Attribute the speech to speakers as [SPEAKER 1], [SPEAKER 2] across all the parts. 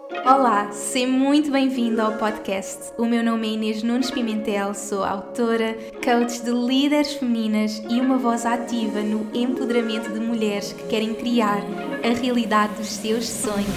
[SPEAKER 1] Olá, seja muito bem-vindo ao podcast. O meu nome é Inês Nunes Pimentel, sou autora, coach de líderes femininas e uma voz ativa no empoderamento de mulheres que querem criar a realidade dos seus sonhos.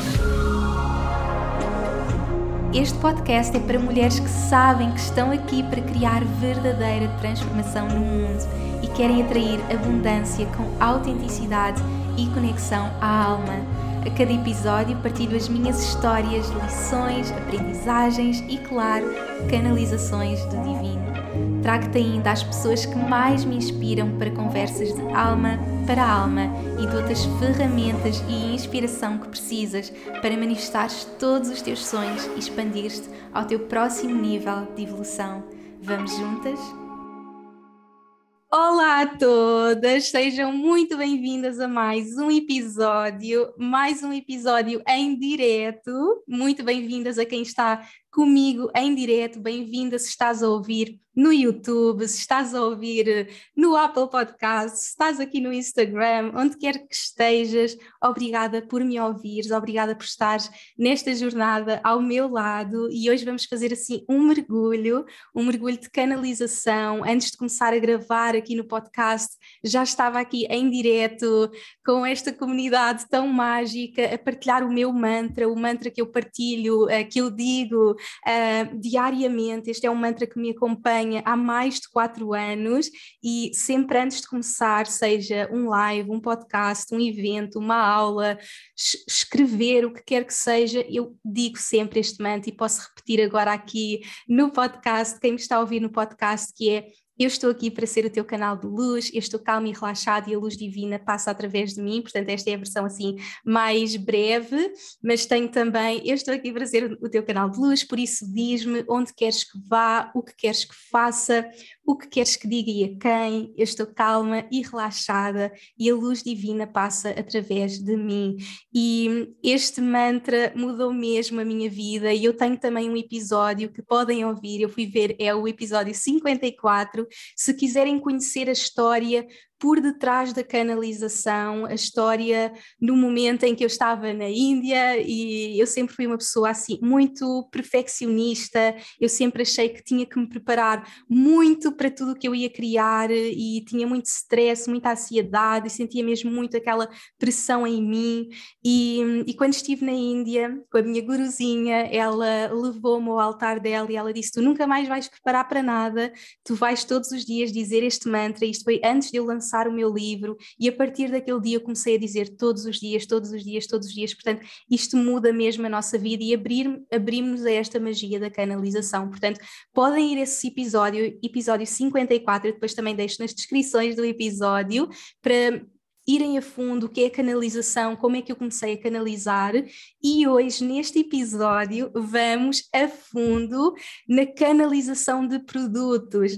[SPEAKER 1] Este podcast é para mulheres que sabem que estão aqui para criar verdadeira transformação no mundo e querem atrair abundância com autenticidade e conexão à alma. A cada episódio partilho as minhas histórias, lições, aprendizagens e, claro, canalizações do divino. Trago-te ainda as pessoas que mais me inspiram para conversas de alma para alma e dou-te as ferramentas e inspiração que precisas para manifestares todos os teus sonhos e expandir-te ao teu próximo nível de evolução. Vamos juntas? Olá a todas, sejam muito bem-vindas a mais um episódio em direto. Muito bem-vindas a quem está comigo em direto, bem-vinda se estás a ouvir no YouTube, se estás a ouvir no Apple Podcast, se estás aqui no Instagram, onde quer que estejas, obrigada por me ouvires, obrigada por estares nesta jornada ao meu lado e hoje vamos fazer assim um mergulho de canalização. Antes de começar a gravar aqui no podcast, já estava aqui em direto com esta comunidade tão mágica a partilhar o meu mantra, o mantra que eu partilho, que eu digo diariamente. Este é um mantra que me acompanha há mais de 4 anos e sempre antes de começar, seja um live, um podcast, um evento, uma aula, escrever, o que quer que seja, eu digo sempre este mantra e posso repetir agora aqui no podcast, quem me está a ouvir no podcast, que é: eu estou aqui para ser o teu canal de luz, eu estou calma e relaxada e a luz divina passa através de mim. Portanto, esta é a versão assim mais breve, mas tenho também: eu estou aqui para ser o teu canal de luz, por isso diz-me onde queres que vá, o que queres que faça, o que queres que diga e a quem. Eu estou calma e relaxada e a luz divina passa através de mim. E este mantra mudou mesmo a minha vida e eu tenho também um episódio que podem ouvir, eu fui ver, é o episódio 54, se quiserem conhecer a história por detrás da canalização, a história no momento em que eu estava na Índia. E eu sempre fui uma pessoa assim muito perfeccionista, eu sempre achei que tinha que me preparar muito para tudo o que eu ia criar e tinha muito stress, muita ansiedade e sentia mesmo muito aquela pressão em mim. E quando estive na Índia com a minha guruzinha, ela levou-me ao altar dela e ela disse: tu nunca mais vais preparar para nada, tu vais todos os dias dizer este mantra. Isto foi antes de eu lançar o meu livro e a partir daquele dia eu comecei a dizer todos os dias, todos os dias, todos os dias. Portanto, isto muda mesmo a nossa vida e abrimos a esta magia da canalização. Portanto, podem ir a esse episódio 54, eu depois também deixo nas descrições do episódio, para irem a fundo o que é a canalização, como é que eu comecei a canalizar. E hoje, neste episódio, vamos a fundo na canalização de produtos,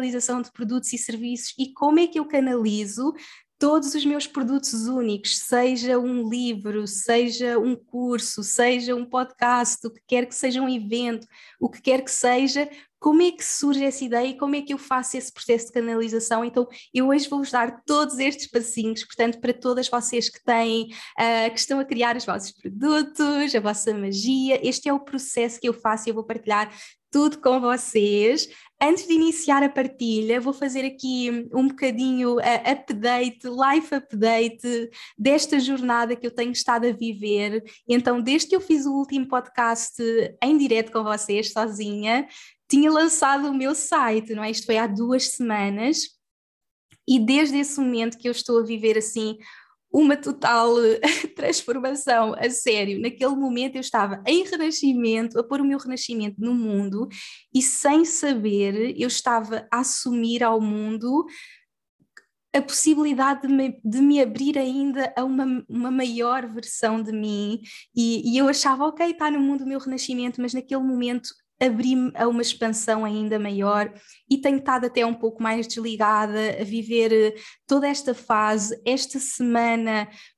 [SPEAKER 1] e serviços e como é que eu canalizo todos os meus produtos únicos, seja um livro, seja um curso, seja um podcast, o que quer que seja um evento, o que quer que seja. Como é que surge essa ideia e como é que eu faço esse processo de canalização? Então, eu hoje vou-vos dar todos estes passinhos, portanto, para todas vocês que têm, que estão a criar os vossos produtos, a vossa magia. Este é o processo que eu faço e eu vou partilhar tudo com vocês. Antes de iniciar a partilha, vou fazer aqui um bocadinho live update desta jornada que eu tenho estado a viver. Então, desde que eu fiz o último podcast em direto com vocês, sozinha, tinha lançado o meu site, não é? Isto foi há 2 semanas e desde esse momento que eu estou a viver assim uma total transformação, a sério. Naquele momento eu estava em renascimento, a pôr o meu renascimento no mundo e sem saber eu estava a assumir ao mundo a possibilidade de me abrir ainda a uma maior versão de mim e eu achava, ok, está no mundo o meu renascimento, mas naquele momento abri-me a uma expansão ainda maior e tenho estado até um pouco mais desligada a viver toda esta fase. Esta semana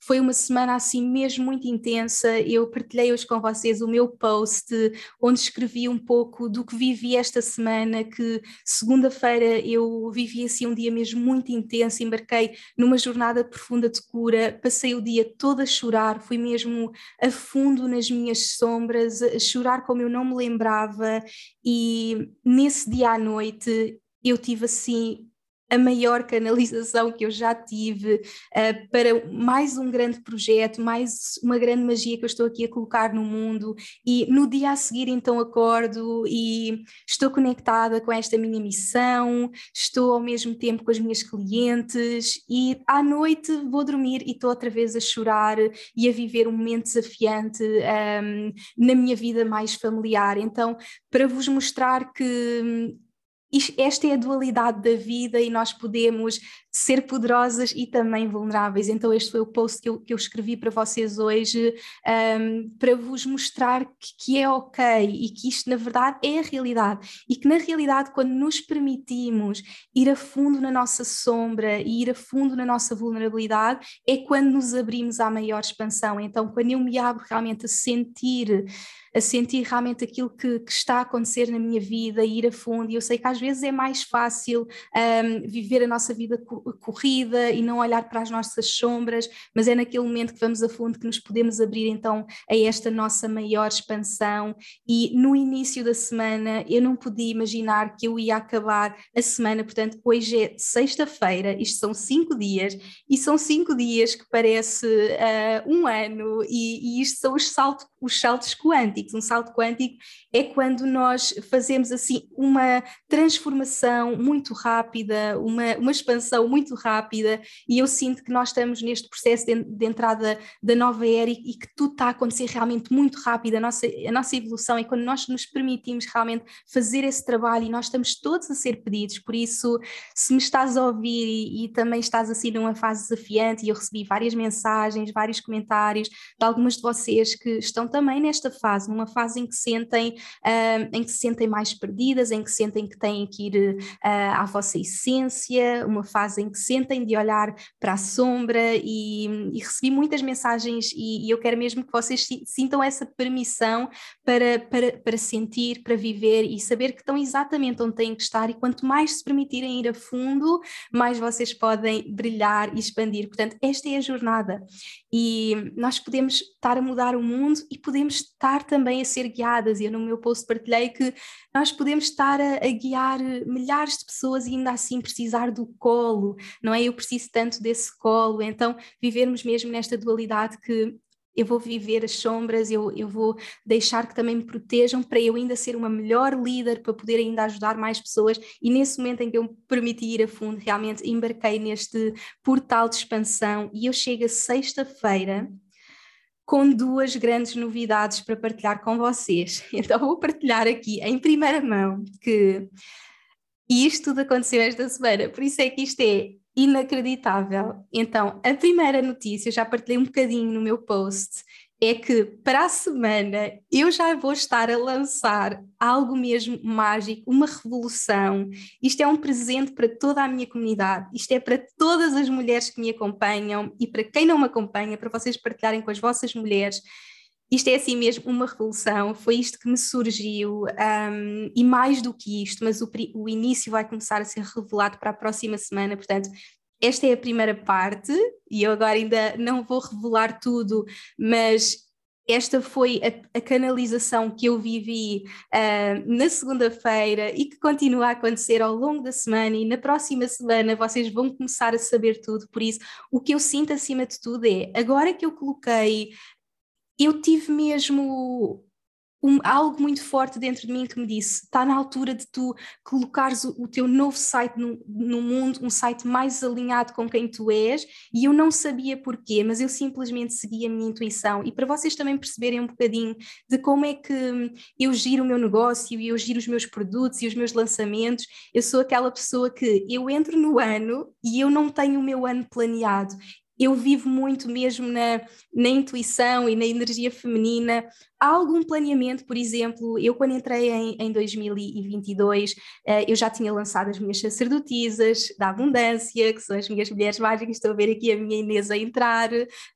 [SPEAKER 1] foi uma semana assim mesmo muito intensa. Eu partilhei hoje com vocês o meu post, onde escrevi um pouco do que vivi esta semana, que segunda-feira eu vivi assim um dia mesmo muito intenso, embarquei numa jornada profunda de cura, passei o dia todo a chorar, fui mesmo a fundo nas minhas sombras, a chorar como eu não me lembrava, e nesse dia à noite eu tive assim a maior canalização que eu já tive para mais um grande projeto, mais uma grande magia que eu estou aqui a colocar no mundo, e no dia a seguir então acordo e estou conectada com esta minha missão, estou ao mesmo tempo com as minhas clientes, e à noite vou dormir e estou outra vez a chorar e a viver um momento desafiante na minha vida mais familiar. Então, para vos mostrar que esta é a dualidade da vida e nós podemos ser poderosas e também vulneráveis. Então este foi o post que eu escrevi para vocês hoje, para vos mostrar que é ok e que isto na verdade é a realidade, e que na realidade quando nos permitimos ir a fundo na nossa sombra e ir a fundo na nossa vulnerabilidade é quando nos abrimos à maior expansão. Então quando eu me abro realmente a sentir realmente aquilo que está a acontecer na minha vida, ir a fundo, e eu sei que às vezes é mais fácil viver a nossa vida corrida e não olhar para as nossas sombras, mas é naquele momento que vamos a fundo que nos podemos abrir então a esta nossa maior expansão. E no início da semana eu não podia imaginar que eu ia acabar a semana, portanto hoje é sexta-feira, isto são 5 dias, e são 5 dias que parece um ano, e isto são os saltos quânticos. Um salto quântico é quando nós fazemos assim uma transformação muito rápida, uma expansão muito rápida, e eu sinto que nós estamos neste processo de entrada da nova era e que tudo está a acontecer realmente muito rápido. A nossa evolução é quando nós nos permitimos realmente fazer esse trabalho, e nós estamos todos a ser pedidos. Por isso, se me estás a ouvir e também estás assim numa fase desafiante, e eu recebi várias mensagens, vários comentários de algumas de vocês que estão também nesta fase, numa fase em que se sentem mais perdidas, em que sentem que têm que ir à vossa essência, uma fase em que sentem de olhar para a sombra, e recebi muitas mensagens, e eu quero mesmo que vocês sintam essa permissão para sentir, para viver e saber que estão exatamente onde têm que estar, e quanto mais se permitirem ir a fundo, mais vocês podem brilhar e expandir. Portanto, esta é a jornada, e nós podemos estar a mudar o mundo e podemos estar também a ser guiadas. E eu no meu post partilhei que nós podemos estar a guiar milhares de pessoas e ainda assim precisar do colo, não é? Eu preciso tanto desse colo. Então vivermos mesmo nesta dualidade, que eu vou viver as sombras, eu vou deixar que também me protejam para eu ainda ser uma melhor líder, para poder ainda ajudar mais pessoas. E nesse momento em que eu me permiti ir a fundo, realmente embarquei neste portal de expansão, e eu chego a sexta-feira com 2 grandes novidades para partilhar com vocês. Então vou partilhar aqui em primeira mão que isto tudo aconteceu esta semana, por isso é que isto é inacreditável. Então, a primeira notícia, já partilhei um bocadinho no meu post, é que para a semana eu já vou estar a lançar algo mesmo mágico, uma revolução. Isto é um presente para toda a minha comunidade, isto é para todas as mulheres que me acompanham, e para quem não me acompanha, para vocês partilharem com as vossas mulheres. Isto é assim mesmo uma revolução, foi isto que me surgiu, e mais do que isto, mas o início vai começar a ser revelado para a próxima semana. Portanto, esta é a primeira parte, e eu agora ainda não vou revelar tudo, mas esta foi a canalização que eu vivi na segunda-feira, e que continua a acontecer ao longo da semana, e na próxima semana vocês vão começar a saber tudo. Por isso, o que eu sinto acima de tudo é, agora que eu coloquei, eu tive mesmo algo muito forte dentro de mim que me disse: está na altura de tu colocares o teu novo site no mundo, um site mais alinhado com quem tu és. E eu não sabia porquê, mas eu simplesmente segui a minha intuição. E para vocês também perceberem um bocadinho de como é que eu giro o meu negócio e eu giro os meus produtos e os meus lançamentos, eu sou aquela pessoa que eu entro no ano e eu não tenho o meu ano planeado. eu vivo muito mesmo na intuição e na energia feminina. Há algum planeamento, por exemplo, eu quando entrei em 2022, eu já tinha lançado as minhas sacerdotisas da abundância, que são as minhas mulheres mágicas, estou a ver aqui a minha Inês a entrar,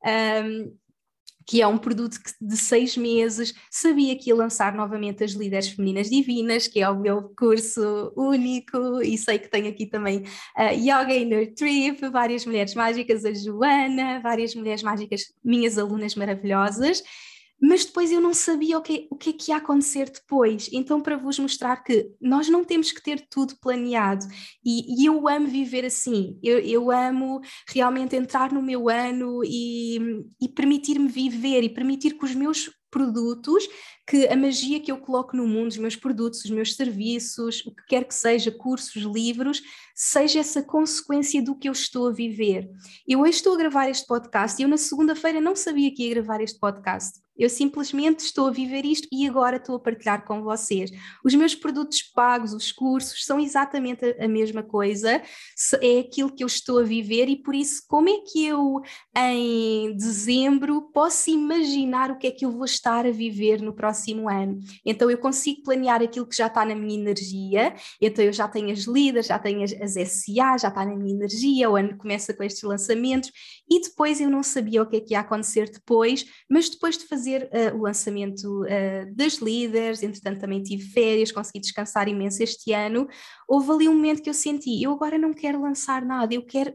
[SPEAKER 1] que é um produto de 6 meses. Sabia que ia lançar novamente as Líderes Femininas Divinas, que é o meu curso único, e sei que tenho aqui também a Yoga Inner Trip, várias mulheres mágicas, a Joana, várias mulheres mágicas, minhas alunas maravilhosas, mas depois eu não sabia o que é que ia acontecer depois. Então, para vos mostrar que nós não temos que ter tudo planeado, e eu amo viver assim, eu amo realmente entrar no meu ano e permitir-me viver e permitir que os meus produtos, que a magia que eu coloco no mundo, os meus produtos, os meus serviços, o que quer que seja, cursos, livros, seja essa consequência do que eu estou a viver. Eu hoje estou a gravar este podcast e eu na segunda-feira não sabia que ia gravar este podcast. Eu simplesmente estou a viver isto e agora estou a partilhar com vocês. Os meus produtos pagos, os cursos, são exatamente a mesma coisa, é aquilo que eu estou a viver, e por isso, como é que eu, em dezembro, posso imaginar o que é que eu vou estar a viver no próximo ano? Então eu consigo planear aquilo que já está na minha energia, então eu já tenho as líderes, já tenho as SA, já está na minha energia, o ano começa com estes lançamentos, e depois eu não sabia o que é que ia acontecer depois, mas depois de fazer o lançamento das líderes, entretanto também tive férias, consegui descansar imenso este ano, houve ali um momento que eu senti, eu agora não quero lançar nada,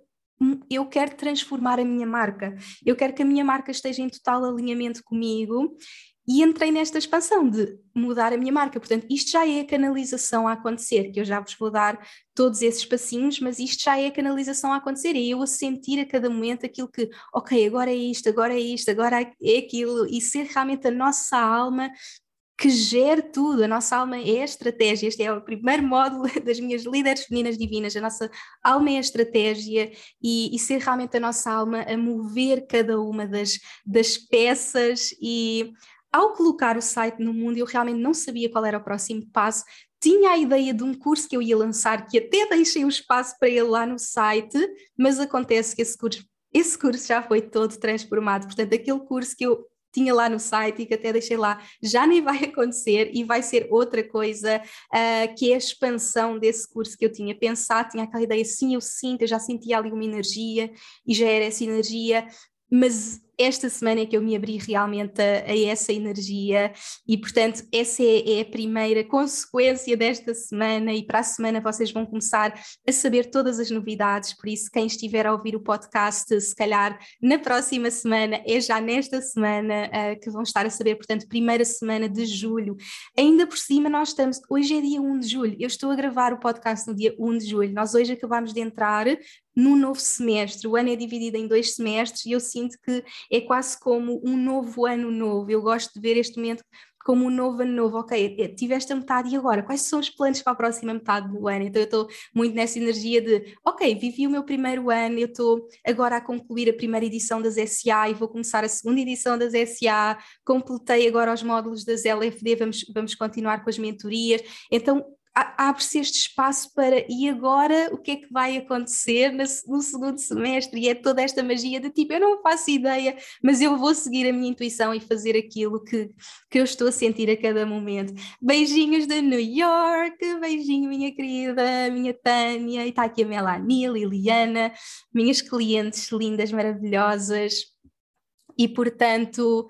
[SPEAKER 1] eu quero transformar a minha marca, eu quero que a minha marca esteja em total alinhamento comigo, e entrei nesta expansão de mudar a minha marca. Portanto, isto já é a canalização a acontecer, que eu já vos vou dar todos esses passinhos, mas isto já é a canalização a acontecer, é eu a sentir a cada momento aquilo que, ok, agora é isto, agora é isto, agora é aquilo, e ser realmente a nossa alma que gere tudo. A nossa alma é a estratégia. Este é o primeiro módulo das minhas líderes femininas divinas. A nossa alma é a estratégia, e ser realmente a nossa alma a mover cada uma das peças. E ao colocar o site no mundo, eu realmente não sabia qual era o próximo passo. Tinha a ideia de um curso que eu ia lançar, que até deixei o espaço para ele lá no site, mas acontece que esse curso já foi todo transformado. Portanto, aquele curso que eu tinha lá no site e que até deixei lá, já nem vai acontecer, e vai ser outra coisa, que é a expansão desse curso que eu tinha pensado. Tinha aquela ideia, sim, eu sinto, eu já sentia ali uma energia, e já era essa energia, mas esta semana é que eu me abri realmente a essa energia, e portanto essa é a primeira consequência desta semana, e para a semana vocês vão começar a saber todas as novidades. Por isso, quem estiver a ouvir o podcast, se calhar na próxima semana, é já nesta semana que vão estar a saber. Portanto, primeira semana de julho, ainda por cima nós estamos, hoje é dia 1 de julho, eu estou a gravar o podcast no dia 1 de julho, nós hoje acabamos de entrar num novo semestre. O ano é dividido em 2 semestres, e eu sinto que é quase como um novo ano novo. Eu gosto de ver este momento como um novo ano novo. Ok, tive esta metade, e agora? Quais são os planos para a próxima metade do ano? Então eu estou muito nessa energia de, ok, vivi o meu primeiro ano, eu estou agora a concluir a primeira edição das SA e vou começar a segunda edição das SA, completei agora os módulos das LFD, vamos continuar com as mentorias. Então abre-se este espaço para, e agora o que é que vai acontecer no segundo semestre? E é toda esta magia de tipo, eu não faço ideia, mas eu vou seguir a minha intuição e fazer aquilo que eu estou a sentir a cada momento. Beijinhos de New York, beijinho minha querida, minha Tânia, e está aqui a Melanie, a Liliana, minhas clientes lindas, maravilhosas. E portanto,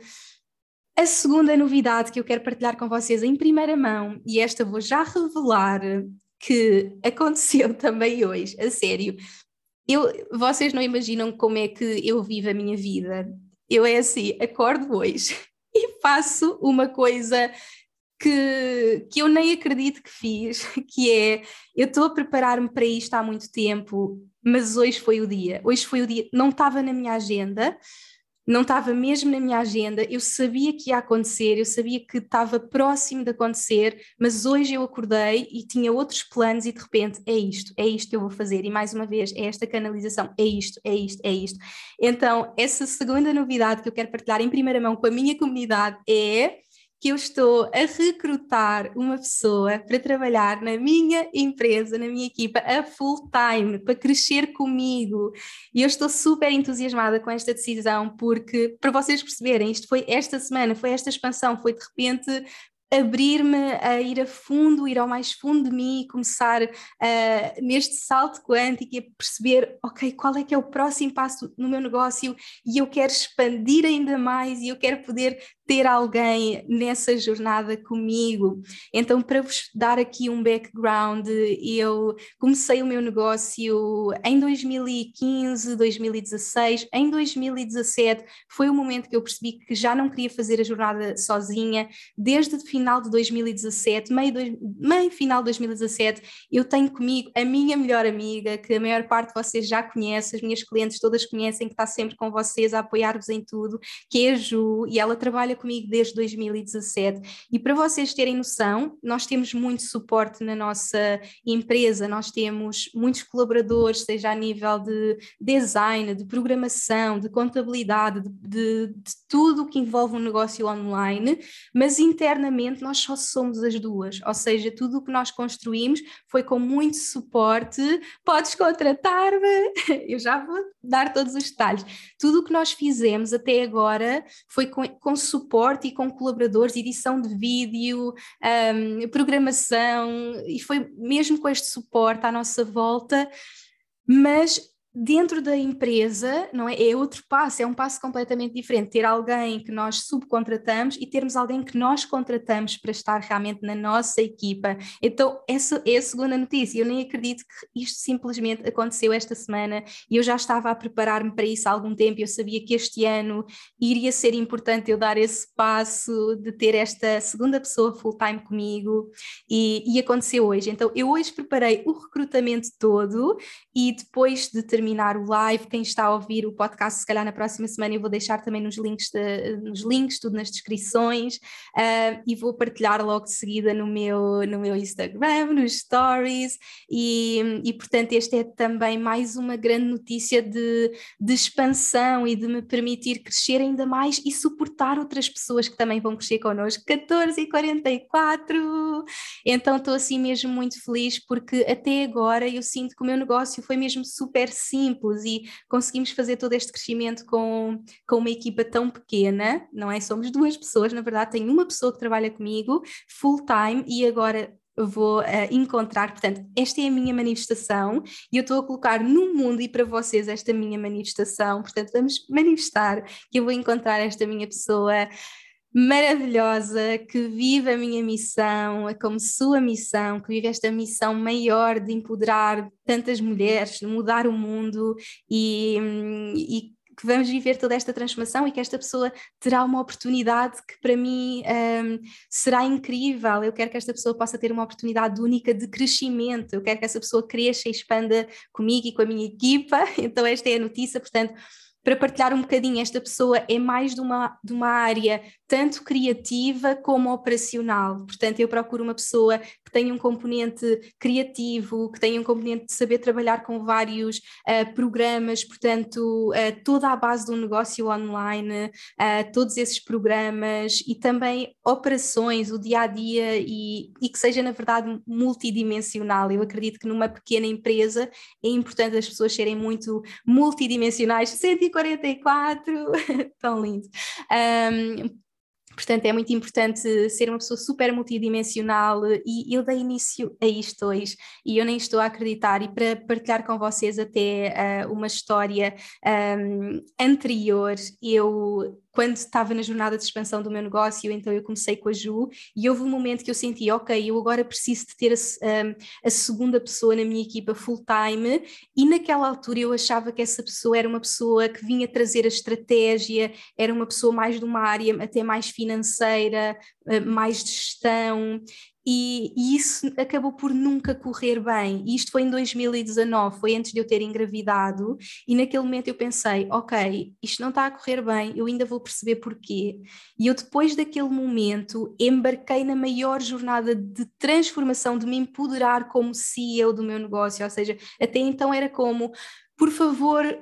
[SPEAKER 1] a segunda novidade que eu quero partilhar com vocês em primeira mão, e esta vou já revelar, que aconteceu também hoje, a sério, vocês não imaginam como é que eu vivo a minha vida. Eu é assim, acordo hoje e faço uma coisa que eu nem acredito que fiz, que é, eu estou a preparar-me para isto há muito tempo, mas hoje foi o dia, não estava na minha agenda, não estava mesmo na minha agenda, eu sabia que ia acontecer, eu sabia que estava próximo de acontecer, mas hoje eu acordei e tinha outros planos, e de repente é isto que eu vou fazer, e mais uma vez é esta canalização, é isto. Então essa segunda novidade que eu quero partilhar em primeira mão com a minha comunidade é que eu estou a recrutar uma pessoa para trabalhar na minha empresa, na minha equipa, a full time, para crescer comigo. E eu estou super entusiasmada com esta decisão, porque, para vocês perceberem, isto foi esta semana, foi esta expansão, foi de repente abrir-me a ir a fundo, ir ao mais fundo de mim e começar neste salto quântico e a perceber, ok, qual é que é o próximo passo no meu negócio e eu quero expandir ainda mais e eu quero poder ter alguém nessa jornada comigo. Então, para vos dar aqui um background, eu comecei o meu negócio em 2015, 2016, em 2017 foi o momento que eu percebi que já não queria fazer a jornada sozinha. Desde o final de 2017, meio final de 2017, eu tenho comigo a minha melhor amiga, que a maior parte de vocês já conhece, as minhas clientes todas conhecem, que está sempre com vocês a apoiar-vos em tudo, que é a Ju, e ela trabalha comigo desde 2017. E para vocês terem noção, nós temos muito suporte na nossa empresa, nós temos muitos colaboradores, seja a nível de design, de programação, de contabilidade, de tudo o que envolve um negócio online, mas internamente nós só somos as duas, ou seja, tudo o que nós construímos foi com muito suporte. Podes contratar-me, eu já vou dar todos os detalhes. Tudo o que nós fizemos até agora foi com suporte e com colaboradores, edição de vídeo, programação, e foi mesmo com este suporte à nossa volta, mas dentro da empresa, não é? É outro passo, é um passo completamente diferente, ter alguém que nós subcontratamos e termos alguém que nós contratamos para estar realmente na nossa equipa. Então, essa é a segunda notícia. Eu nem acredito que isto simplesmente aconteceu esta semana e eu já estava a preparar-me para isso há algum tempo. Eu sabia que este ano iria ser importante eu dar esse passo de ter esta segunda pessoa full-time comigo e aconteceu hoje. Então, eu hoje preparei o recrutamento todo e depois de terminar o live, quem está a ouvir o podcast, se calhar na próxima semana eu vou deixar também nos links, tudo nas descrições, e vou partilhar logo de seguida no meu Instagram, nos stories, e portanto este é também mais uma grande notícia de expansão e de me permitir crescer ainda mais e suportar outras pessoas que também vão crescer connosco. 14h44, então estou assim mesmo muito feliz porque até agora eu sinto que o meu negócio foi mesmo super simples e conseguimos fazer todo este crescimento com uma equipa tão pequena, não é? Somos duas pessoas, na verdade tenho uma pessoa que trabalha comigo full time e agora vou encontrar, portanto, esta é a minha manifestação e eu estou a colocar no mundo e para vocês esta minha manifestação, portanto vamos manifestar que eu vou encontrar esta minha pessoa maravilhosa, que vive a minha missão, como sua missão, que vive esta missão maior de empoderar tantas mulheres, de mudar o mundo e que vamos viver toda esta transformação e que esta pessoa terá uma oportunidade que para mim será incrível. Eu quero que esta pessoa possa ter uma oportunidade única de crescimento, eu quero que essa pessoa cresça e expanda comigo e com a minha equipa, então esta é a notícia, portanto, para partilhar um bocadinho, esta pessoa é mais de uma área tanto criativa como operacional, portanto eu procuro uma pessoa que tenha um componente criativo, que tenha um componente de saber trabalhar com vários programas, portanto toda a base do negócio online, todos esses programas e também operações, o dia-a-dia e que seja na verdade multidimensional. Eu acredito que numa pequena empresa é importante as pessoas serem muito multidimensionais. 144, tão lindo. Portanto, é muito importante ser uma pessoa super multidimensional e eu dei início a isto hoje e eu nem estou a acreditar e para partilhar com vocês até uma história anterior, eu quando estava na jornada de expansão do meu negócio, então eu comecei com a Ju e houve um momento que eu senti, ok, eu agora preciso de ter a segunda pessoa na minha equipa full time e naquela altura eu achava que essa pessoa era uma pessoa que vinha trazer a estratégia, era uma pessoa mais de uma área até mais financeira, mais de gestão. E isso acabou por nunca correr bem. E isto foi em 2019, foi antes de eu ter engravidado, e naquele momento eu pensei, ok, isto não está a correr bem, eu ainda vou perceber porquê. E eu depois daquele momento embarquei na maior jornada de transformação, de me empoderar como CEO do meu negócio, ou seja, até então era como, por favor,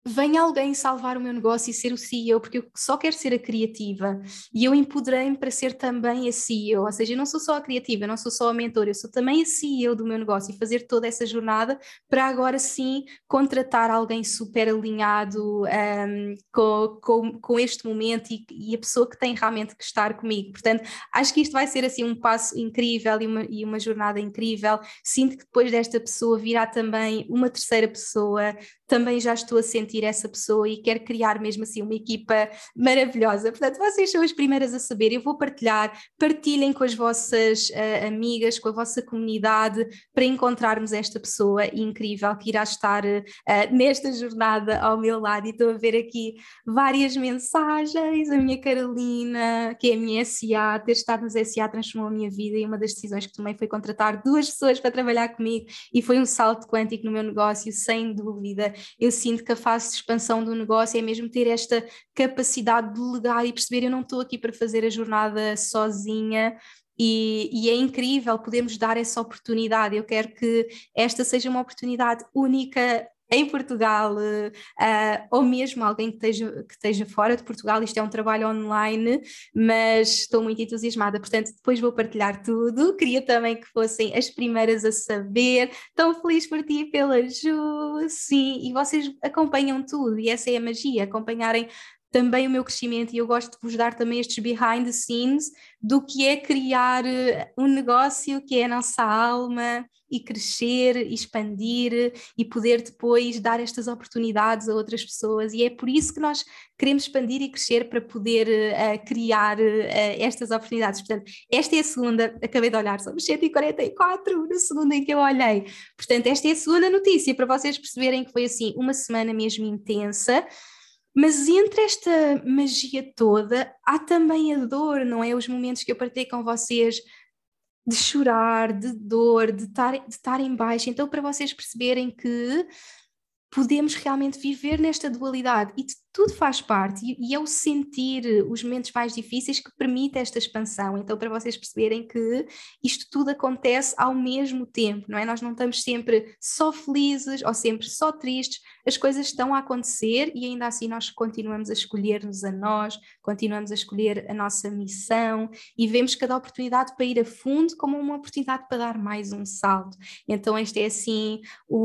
[SPEAKER 1] venha alguém salvar o meu negócio e ser o CEO, porque eu só quero ser a criativa e eu empoderei-me para ser também a CEO, ou seja, eu não sou só a criativa, eu não sou só a mentora, eu sou também a CEO do meu negócio e fazer toda essa jornada para agora sim contratar alguém super alinhado com este momento e a pessoa que tem realmente que estar comigo. Portanto, acho que isto vai ser assim um passo incrível e uma jornada incrível. Sinto que depois desta pessoa virá também uma terceira pessoa, também já estou a sentir essa pessoa e quero criar mesmo assim uma equipa maravilhosa. Portanto, vocês são as primeiras a saber, eu vou partilhar, partilhem com as vossas amigas, com a vossa comunidade, para encontrarmos esta pessoa incrível que irá estar nesta jornada ao meu lado. E estou a ver aqui várias mensagens, a minha Carolina, que é a minha SA, ter estado nos SA transformou a minha vida e uma das decisões que tomei foi contratar 2 pessoas para trabalhar comigo e foi um salto quântico no meu negócio, sem dúvida. Eu sinto que a fase de expansão do negócio é mesmo ter esta capacidade de delegar e perceber eu não estou aqui para fazer a jornada sozinha. E é incrível podermos dar essa oportunidade. Eu quero que esta seja uma oportunidade única em Portugal, ou mesmo alguém que esteja fora de Portugal. Isto é um trabalho online, mas estou muito entusiasmada, portanto depois vou partilhar tudo. Queria também que fossem as primeiras a saber. Tão feliz por ti e pela Ju, sim, e vocês acompanham tudo e essa é a magia, acompanharem também o meu crescimento, e eu gosto de vos dar também estes behind the scenes do que é criar um negócio que é a nossa alma e crescer, e expandir e poder depois dar estas oportunidades a outras pessoas, e é por isso que nós queremos expandir e crescer para poder criar estas oportunidades. Portanto, esta é a segunda, acabei de olhar, somos 144 no segundo em que eu olhei, portanto esta é a segunda notícia, para vocês perceberem que foi assim uma semana mesmo intensa. Mas entre esta magia toda, há também a dor, não é? Os momentos que eu partilhei com vocês de chorar, de dor, de estar em baixo. Então, para vocês perceberem que podemos realmente viver nesta dualidade e tudo faz parte, e é o sentir os momentos mais difíceis que permite esta expansão. Então, para vocês perceberem que isto tudo acontece ao mesmo tempo, não é? Nós não estamos sempre só felizes ou sempre só tristes, as coisas estão a acontecer e ainda assim nós continuamos a escolher-nos a nós, continuamos a escolher a nossa missão e vemos cada oportunidade para ir a fundo como uma oportunidade para dar mais um salto. Então este é assim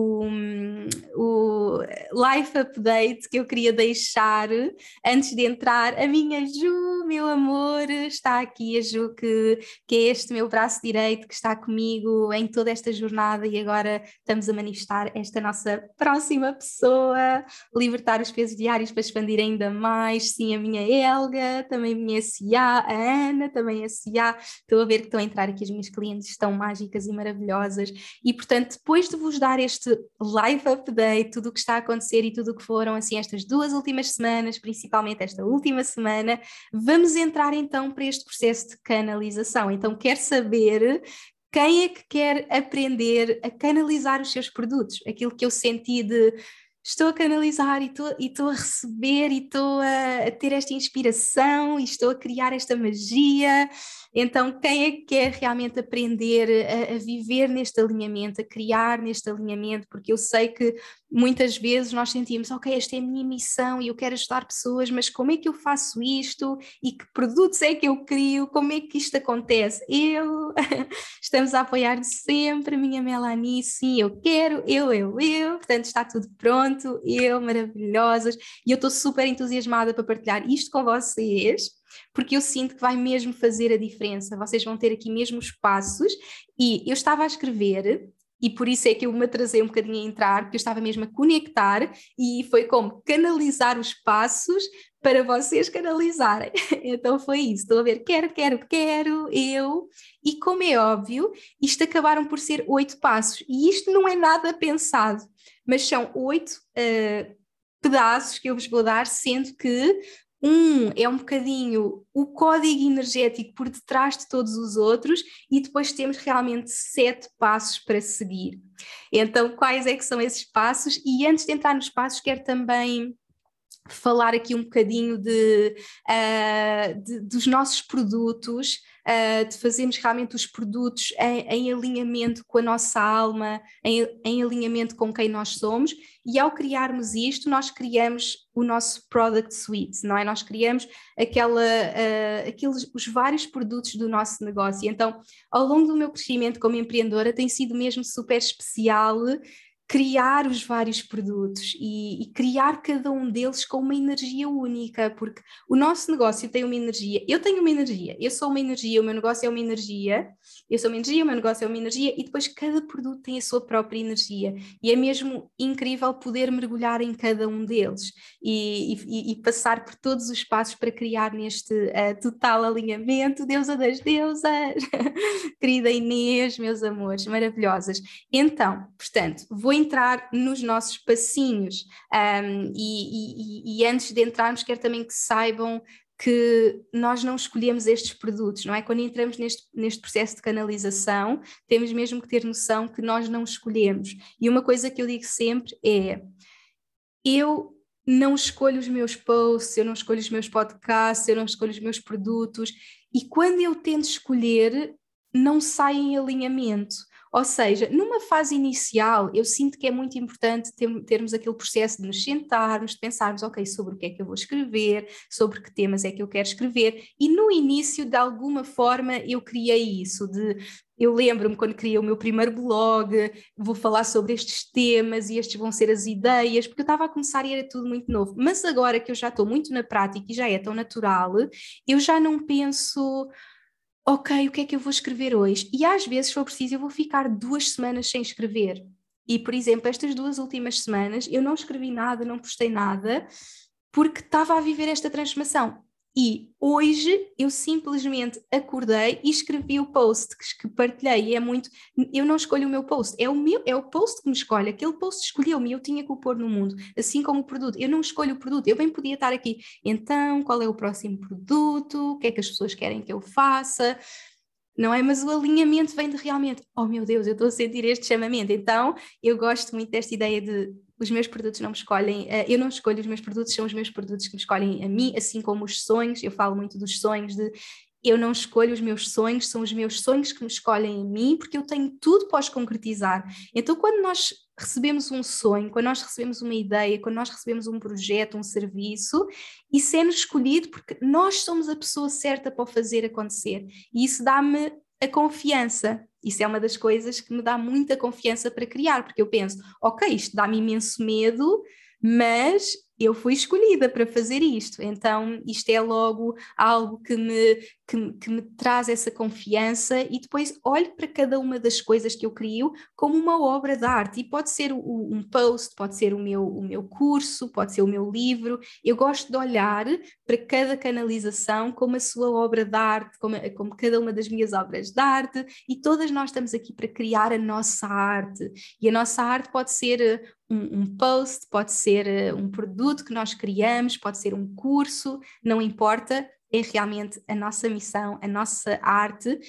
[SPEAKER 1] o life update que eu queria deixar antes de entrar. A minha Ju, meu amor, está aqui, a Ju que é este meu braço direito que está comigo em toda esta jornada, e agora estamos a manifestar esta nossa próxima pessoa, libertar os pesos diários para expandir ainda mais. Sim, a minha Helga, também a minha SA, a Ana, também a SA. Estou a ver que estão a entrar aqui as minhas clientes, estão mágicas e maravilhosas, e portanto depois de vos dar este live update, tudo o que está a acontecer e tudo o que foram assim estas 2 últimas semanas, principalmente esta última semana, vamos entrar então para este processo de canalização. Então quero saber quem é que quer aprender a canalizar os seus produtos, aquilo que eu senti de estou a canalizar e estou a receber e estou a ter esta inspiração e estou a criar esta magia. Então, quem é que quer realmente aprender a viver neste alinhamento, a criar neste alinhamento? Porque eu sei que muitas vezes nós sentimos, ok, esta é a minha missão e eu quero ajudar pessoas, mas como é que eu faço isto? E que produtos é que eu crio? Como é que isto acontece? Estamos a apoiar sempre, minha Melanie, sim, eu quero, portanto está tudo pronto, maravilhosas, e eu estou super entusiasmada para partilhar isto com vocês, porque eu sinto que vai mesmo fazer a diferença. Vocês vão ter aqui mesmo os passos, e eu estava a escrever, e por isso é que eu me atrasei um bocadinho a entrar, porque eu estava mesmo a conectar, e foi como canalizar os passos para vocês canalizarem. Então foi isso, estou a ver, quero, e como é óbvio, isto acabaram por ser 8 passos, e isto não é nada pensado, mas são 8 pedaços que eu vos vou dar, sendo que é um bocadinho o código energético por detrás de todos os outros, e depois temos realmente 7 passos para seguir. Então, quais é que são esses passos? E antes de entrar nos passos, quero também falar aqui um bocadinho dos nossos produtos, de fazermos realmente os produtos em alinhamento com a nossa alma, em alinhamento com quem nós somos, e ao criarmos isto, nós criamos o nosso product suite, não é? Nós criamos os vários produtos do nosso negócio. E então, ao longo do meu crescimento como empreendedora, tem sido mesmo super especial criar os vários produtos e criar cada um deles com uma energia única, porque o nosso negócio tem uma energia, eu tenho uma energia, eu sou uma energia, o meu negócio é uma energia, eu sou uma energia, o meu negócio é uma energia, e depois cada produto tem a sua própria energia, e é mesmo incrível poder mergulhar em cada um deles e passar por todos os passos para criar neste total alinhamento. Deusa das deusas, querida Inês, meus amores, maravilhosas. Então, portanto, vou entrar nos nossos passinhos, e antes de entrarmos quero também que saibam que nós não escolhemos estes produtos, não é? Quando entramos neste processo de canalização, temos mesmo que ter noção que nós não escolhemos. E uma coisa que eu digo sempre é: eu não escolho os meus posts, eu não escolho os meus podcasts, eu não escolho os meus produtos, e quando eu tento escolher, não sai em alinhamento. Ou seja, numa fase inicial, eu sinto que é muito importante termos aquele processo de nos sentarmos, de pensarmos, ok, sobre o que é que eu vou escrever, sobre que temas é que eu quero escrever, e no início, de alguma forma, eu criei isso, eu lembro-me quando criei o meu primeiro blog, vou falar sobre estes temas e estes vão ser as ideias, porque eu estava a começar e era tudo muito novo. Mas agora que eu já estou muito na prática e já é tão natural, eu já não penso: ok, o que é que eu vou escrever hoje? E às vezes, se for preciso, eu vou ficar 2 semanas sem escrever. E, por exemplo, estas 2 últimas semanas eu não escrevi nada, não postei nada, porque estava a viver esta transformação. E hoje eu simplesmente acordei e escrevi o post que partilhei. E é muito, eu não escolho o meu post, é o post que me escolhe, aquele post escolheu-me, eu tinha que o pôr no mundo, assim como o produto. Eu não escolho o produto, eu bem podia estar aqui, então qual é o próximo produto, o que é que as pessoas querem que eu faça, não é? Mas o alinhamento vem de realmente, oh meu Deus, eu estou a sentir este chamamento. Então eu gosto muito desta ideia de os meus produtos não me escolhem, eu não escolho os meus produtos, são os meus produtos que me escolhem a mim, assim como os sonhos. Eu falo muito dos sonhos, eu não escolho os meus sonhos, são os meus sonhos que me escolhem a mim, porque eu tenho tudo para os concretizar. Então quando nós recebemos um sonho, quando nós recebemos uma ideia, quando nós recebemos um projeto, um serviço, isso é-nos escolhido porque nós somos a pessoa certa para o fazer acontecer, e isso dá-me a confiança. Isso é uma das coisas que me dá muita confiança para criar, porque eu penso, ok, isto dá-me imenso medo, mas eu fui escolhida para fazer isto, então isto é logo algo que me traz essa confiança, e depois olho para cada uma das coisas que eu crio como uma obra de arte, e pode ser um post, pode ser o meu curso, pode ser o meu livro. Eu gosto de olhar para cada canalização como a sua obra de arte, como cada uma das minhas obras de arte, e todas nós estamos aqui para criar a nossa arte, e a nossa arte pode ser um post, pode ser um produto que nós criamos, pode ser um curso, não importa, é realmente a nossa missão, a nossa arte,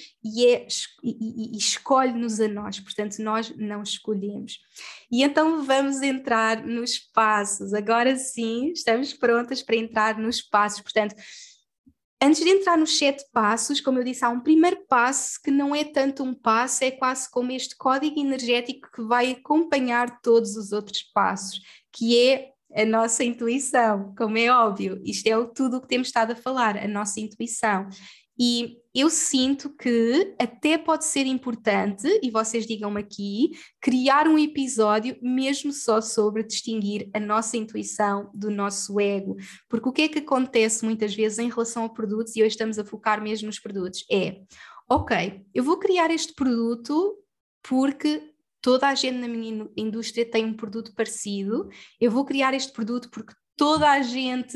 [SPEAKER 1] e escolhe-nos a nós, portanto nós não escolhemos. E então vamos entrar nos passos. Agora sim, estamos prontas para entrar nos passos. Portanto, antes de entrar nos 7 passos, como eu disse, há um primeiro passo que não é tanto um passo, é quase como este código energético que vai acompanhar todos os outros passos, que é a nossa intuição, como é óbvio. Isto é tudo o que temos estado a falar, a nossa intuição. E eu sinto que até pode ser importante, e vocês digam-me aqui, criar um episódio mesmo só sobre distinguir a nossa intuição do nosso ego. Porque o que é que acontece muitas vezes em relação a produtos, e hoje estamos a focar mesmo nos produtos, ok, eu vou criar este produto porque toda a gente na minha indústria tem um produto parecido, eu vou criar este produto porque toda a gente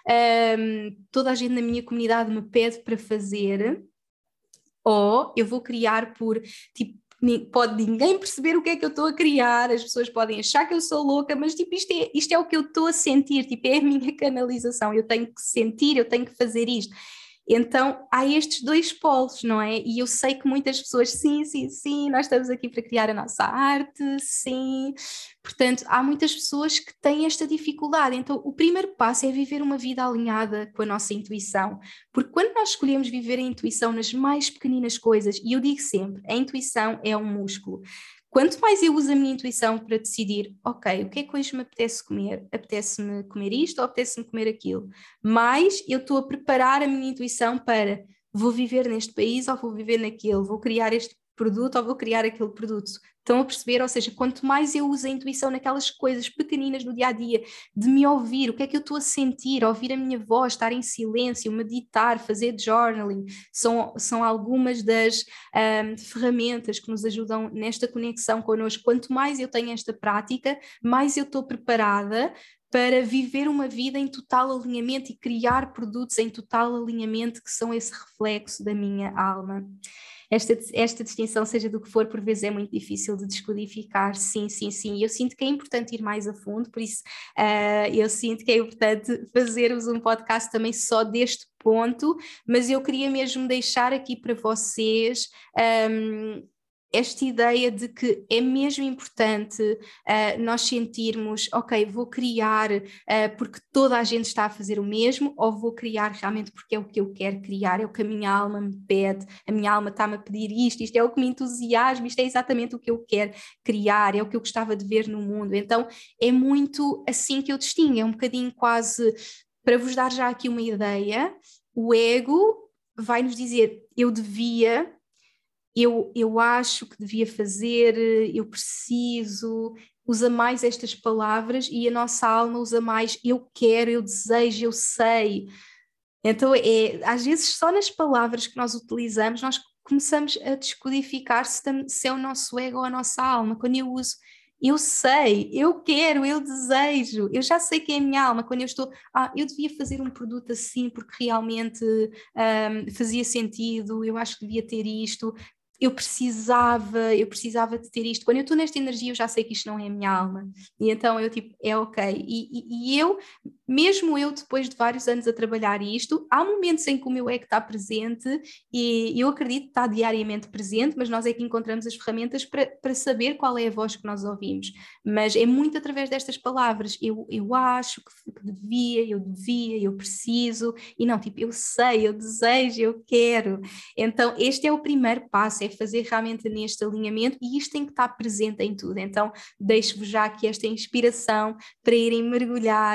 [SPEAKER 1] na minha comunidade me pede para fazer, ou eu vou criar por, tipo, pode ninguém perceber o que é que eu estou a criar, as pessoas podem achar que eu sou louca, mas tipo, isto é o que eu estou a sentir, tipo, é a minha canalização, eu tenho que sentir, eu tenho que fazer isto. Então há estes dois polos, não é? E eu sei que muitas pessoas, sim, nós estamos aqui para criar a nossa arte, sim. Portanto, há muitas pessoas que têm esta dificuldade. Então, o primeiro passo é viver uma vida alinhada com a nossa intuição. Porque quando nós escolhemos viver a intuição nas mais pequeninas coisas, e eu digo sempre, a intuição é um músculo. Quanto mais eu uso a minha intuição para decidir, ok, o que é que hoje me apetece comer? Apetece-me comer isto ou apetece-me comer aquilo? Mais eu estou a preparar a minha intuição para vou viver neste país ou vou viver naquele, vou criar este produto ou vou criar aquele produto. Estão a perceber? Ou seja, quanto mais eu uso a intuição naquelas coisas pequeninas do dia a dia, de me ouvir, o que é que eu estou a sentir, ouvir a minha voz, estar em silêncio, meditar, fazer journaling, são algumas das ferramentas que nos ajudam nesta conexão connosco. Quanto mais eu tenho esta prática, mais eu estou preparada para viver uma vida em total alinhamento e criar produtos em total alinhamento que são esse reflexo da minha alma. Esta distinção, seja do que for, por vezes é muito difícil de descodificar, sim. Eu sinto que é importante ir mais a fundo, por isso eu sinto que é importante fazermos um podcast também só deste ponto, mas eu queria mesmo deixar aqui para vocês esta ideia de que é mesmo importante nós sentirmos, ok, vou criar porque toda a gente está a fazer o mesmo, ou vou criar realmente porque é o que eu quero criar, é o que a minha alma me pede, a minha alma está-me a pedir isto é o que me entusiasma, isto é exatamente o que eu quero criar, é o que eu gostava de ver no mundo. Então é muito assim que eu distingo, é um bocadinho quase, para vos dar já aqui uma ideia, o ego vai nos dizer, eu acho que devia fazer, eu preciso, usa mais estas palavras, e a nossa alma usa mais eu quero, eu desejo, eu sei. Então às vezes só nas palavras que nós utilizamos nós começamos a descodificar se é o nosso ego ou a nossa alma. Quando eu uso eu sei, eu quero, eu desejo, eu já sei que é a minha alma. Quando eu estou, eu devia fazer um produto assim porque realmente fazia sentido, eu acho que devia ter isto, eu precisava de ter isto. Quando eu estou nesta energia, eu já sei que isto não é a minha alma. E então eu tipo, é ok. E eu, mesmo eu, depois de vários anos a trabalhar isto, há momentos em que o meu ego está presente e eu acredito que está diariamente presente, mas nós é que encontramos as ferramentas para saber qual é a voz que nós ouvimos. Mas é muito através destas palavras. Eu acho que devia, eu preciso, e não, tipo, eu sei, eu desejo, eu quero. Então, este é o primeiro passo, é fazer realmente neste alinhamento, e isto tem que estar presente em tudo. Então, deixo-vos já aqui esta inspiração para irem mergulhar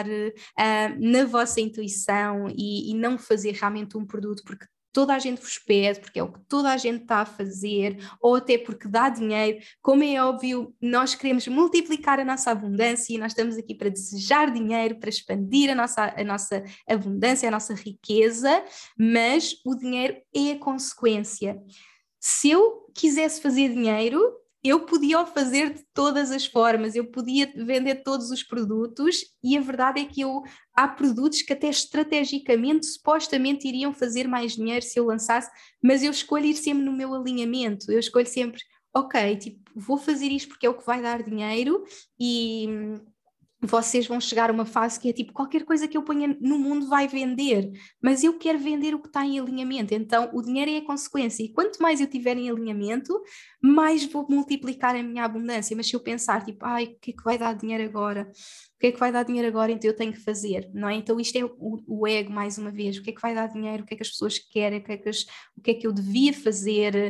[SPEAKER 1] na vossa intuição e não fazer realmente um produto porque toda a gente vos pede, porque é o que toda a gente está a fazer, ou até porque dá dinheiro. Como é óbvio, nós queremos multiplicar a nossa abundância e nós estamos aqui para desejar dinheiro, para expandir a nossa abundância, a nossa riqueza, mas o dinheiro é a consequência. Se eu quisesse fazer dinheiro, eu podia o fazer de todas as formas, eu podia vender todos os produtos, e a verdade é que há produtos que até estrategicamente, supostamente iriam fazer mais dinheiro se eu lançasse, mas eu escolho ir sempre no meu alinhamento, eu escolho sempre, ok, tipo, vou fazer isto porque é o que vai dar dinheiro, e vocês vão chegar a uma fase que é tipo, qualquer coisa que eu ponha no mundo vai vender, mas eu quero vender o que está em alinhamento, então o dinheiro é a consequência, e quanto mais eu tiver em alinhamento, mais vou multiplicar a minha abundância. Mas se eu pensar tipo, o que é que vai dar dinheiro agora? O que é que vai dar dinheiro agora? Então eu tenho que fazer, não é? Então isto é o ego, mais uma vez, o que é que vai dar dinheiro? O que é que as pessoas querem? O que é que eu devia fazer?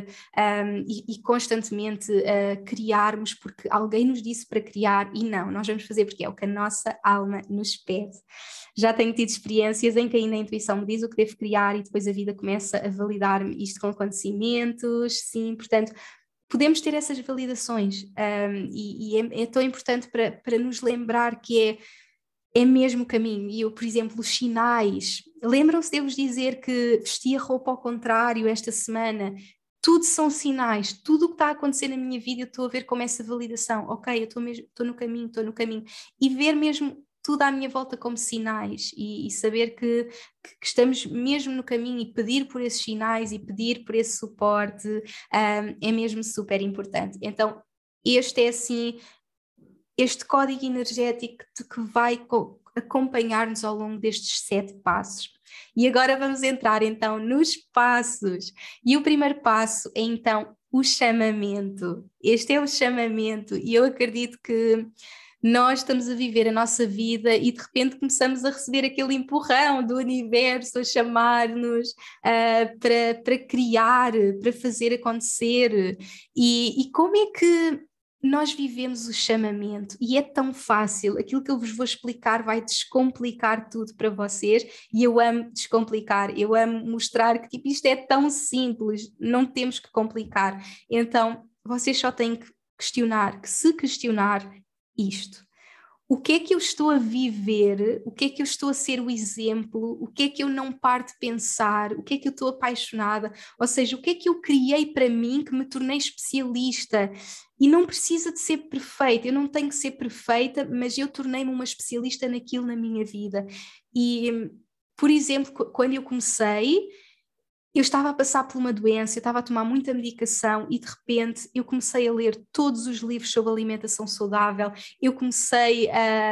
[SPEAKER 1] E constantemente criarmos porque alguém nos disse para criar, e não, nós vamos fazer porque é o que a nossa alma nos pede. Já tenho tido experiências em que ainda a intuição me diz o que devo criar e depois a vida começa a validar-me isto com acontecimentos, sim, portanto podemos ter essas validações, e é tão importante para nos lembrar que é mesmo o caminho. E eu, por exemplo, os sinais, lembram-se de eu vos dizer que vesti a roupa ao contrário esta semana? Tudo são sinais, tudo o que está a acontecer na minha vida eu estou a ver como essa validação, ok, eu estou no caminho, e ver mesmo tudo à minha volta como sinais, e saber que estamos mesmo no caminho, e pedir por esses sinais e pedir por esse suporte é mesmo super importante. Então este é assim, este código energético que vai acompanhar-nos ao longo destes 7 passos. E agora vamos entrar então nos passos. E o primeiro passo é então o chamamento. Este é o chamamento, e eu acredito que nós estamos a viver a nossa vida e de repente começamos a receber aquele empurrão do universo a chamar-nos para criar, para fazer acontecer. E como é que nós vivemos o chamamento? E é tão fácil, aquilo que eu vos vou explicar vai descomplicar tudo para vocês, e eu amo descomplicar, eu amo mostrar que tipo, isto é tão simples, não temos que complicar. Então vocês só têm que questionar, que se questionar isto. O que é que eu estou a viver? O que é que eu estou a ser o exemplo? O que é que eu não paro de pensar? O que é que eu estou apaixonada? Ou seja, o que é que eu criei para mim que me tornei especialista? E não precisa de ser perfeita, eu não tenho que ser perfeita, mas eu tornei-me uma especialista naquilo na minha vida. E, por exemplo, quando eu comecei, eu estava a passar por uma doença, eu estava a tomar muita medicação e de repente eu comecei a ler todos os livros sobre alimentação saudável, eu comecei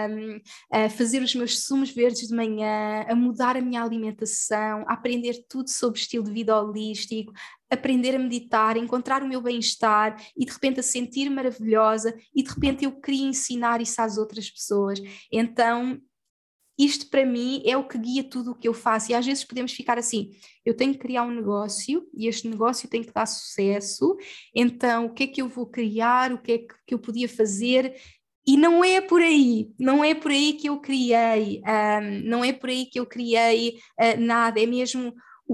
[SPEAKER 1] a fazer os meus sumos verdes de manhã, a mudar a minha alimentação, a aprender tudo sobre estilo de vida holístico, aprender a meditar, a encontrar o meu bem-estar e de repente a sentir maravilhosa e de repente eu queria ensinar isso às outras pessoas. Então isto para mim é o que guia tudo o que eu faço, e às vezes podemos ficar assim, eu tenho que criar um negócio e este negócio tem que dar sucesso, então o que é que eu vou criar, o que é que eu podia fazer, e não é por aí, não é por aí que eu criei, não é por aí que eu criei nada, é mesmo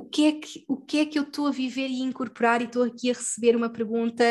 [SPEAKER 1] o que é que eu estou a viver e incorporar, e estou aqui a receber uma pergunta,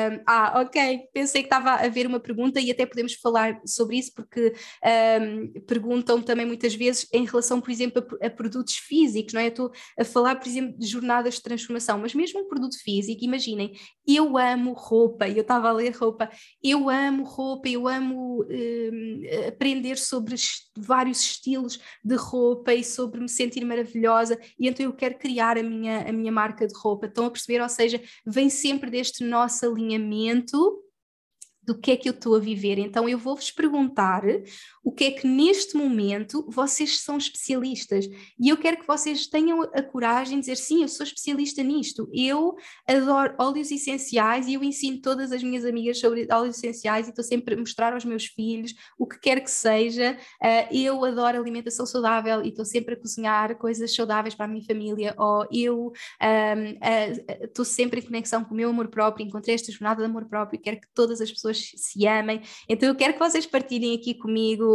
[SPEAKER 1] ok, pensei que estava a haver uma pergunta e até podemos falar sobre isso, porque perguntam também muitas vezes em relação, por exemplo, a produtos físicos, não é? Eu estou a falar, por exemplo, de jornadas de transformação, mas mesmo um produto físico, imaginem, eu amo roupa, eu estava a ler roupa, eu amo roupa, eu amo aprender sobre vários estilos de roupa e sobre me sentir maravilhosa, e então eu quero criar a minha marca de roupa. Estão a perceber? Ou seja, vem sempre deste nosso alinhamento do que é que eu estou a viver. Então eu vou-vos perguntar o que é que neste momento vocês são especialistas, e eu quero que vocês tenham a coragem de dizer, sim, eu sou especialista nisto, eu adoro óleos essenciais e eu ensino todas as minhas amigas sobre óleos essenciais e estou sempre a mostrar aos meus filhos o que quer que seja, eu adoro alimentação saudável e estou sempre a cozinhar coisas saudáveis para a minha família, ou eu estou sempre em conexão com o meu amor próprio, encontrei esta jornada de amor próprio e quero que todas as pessoas se amem. Então eu quero que vocês partilhem aqui comigo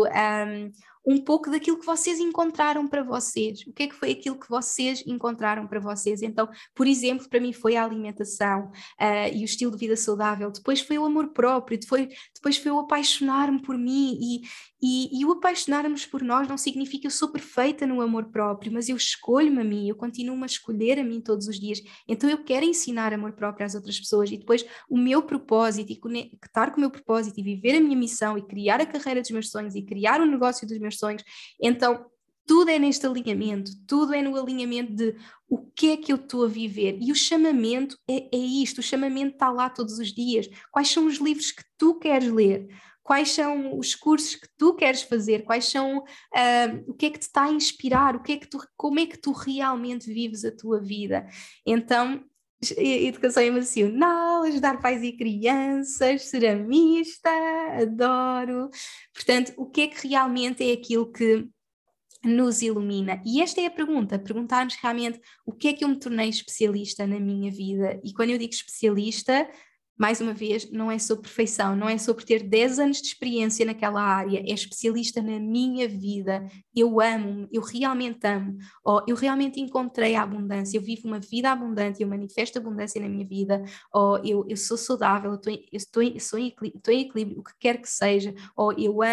[SPEAKER 1] um pouco daquilo que vocês encontraram para vocês. O que é que foi aquilo que vocês encontraram para vocês? Então, por exemplo, para mim foi a alimentação e o estilo de vida saudável, depois foi o amor próprio, depois foi o apaixonar-me por mim, e o apaixonar-nos por nós não significa que eu sou perfeita no amor próprio, mas eu escolho-me a mim, eu continuo a escolher a mim todos os dias, então eu quero ensinar amor próprio às outras pessoas, e depois o meu propósito, e conectar com o meu propósito, e viver a minha missão, e criar a carreira dos meus sonhos, e criar o negócio dos meus sonhos, então tudo é neste alinhamento, tudo é no alinhamento de o que é que eu estou a viver, e o chamamento é isto, o chamamento está lá todos os dias. Quais são os livros que tu queres ler? Quais são os cursos que tu queres fazer? Quais são, o que é que te está a inspirar? Como é que tu realmente vives a tua vida? Então, educação emocional, ajudar pais e crianças, ceramista, adoro. Portanto, o que é que realmente é aquilo que nos ilumina? E esta é a pergunta, perguntarmos realmente o que é que eu me tornei especialista na minha vida. E quando eu digo especialista, mais uma vez, não é sobre perfeição, não é sobre ter 10 anos de experiência naquela área, é especialista na minha vida, eu amo-me, eu realmente amo, ou eu realmente encontrei a abundância, eu vivo uma vida abundante, eu manifesto abundância na minha vida, ou eu sou saudável, eu estou em equilíbrio, o que quer que seja, ou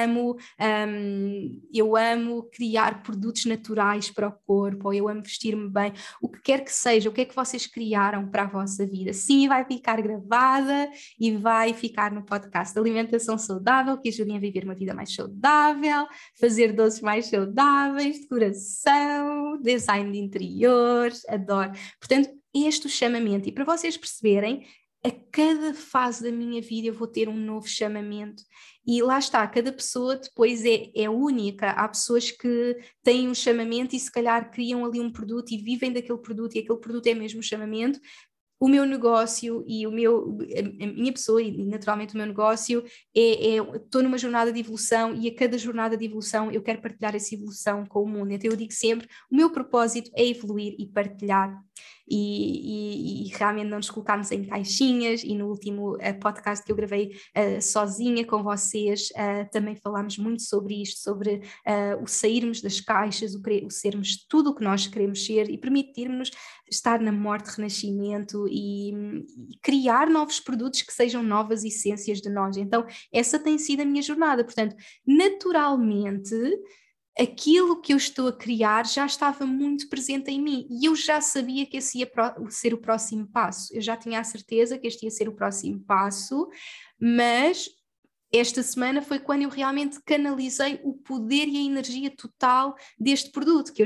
[SPEAKER 1] eu amo criar produtos naturais para o corpo, ou eu amo vestir-me bem, o que quer que seja, o que é que vocês criaram para a vossa vida? Sim, vai ficar gravada e vai ficar no podcast Alimentação Saudável, que ajudem a viver uma vida mais saudável, fazer doces mais saudáveis, decoração, design de interiores, adoro. Portanto, este é o chamamento, e para vocês perceberem, a cada fase da minha vida eu vou ter um novo chamamento. E lá está, cada pessoa depois é única. Há pessoas que têm um chamamento e se calhar criam ali um produto e vivem daquele produto e aquele produto é mesmo um chamamento. O meu negócio e a minha pessoa e naturalmente o meu negócio estou numa jornada de evolução e a cada jornada de evolução eu quero partilhar essa evolução com o mundo. Então eu digo sempre, o meu propósito é evoluir e partilhar e realmente não nos colocarmos em caixinhas. E no último podcast que eu gravei sozinha com vocês também falámos muito sobre isto, sobre o sairmos das caixas, o sermos tudo o que nós queremos ser e permitirmos estar na morte, renascimento e criar novos produtos que sejam novas essências de nós. Então essa tem sido a minha jornada, portanto naturalmente aquilo que eu estou a criar já estava muito presente em mim e eu já sabia que esse ia ser o próximo passo, eu já tinha a certeza que este ia ser o próximo passo, mas esta semana foi quando eu realmente canalizei o poder e a energia total deste produto, que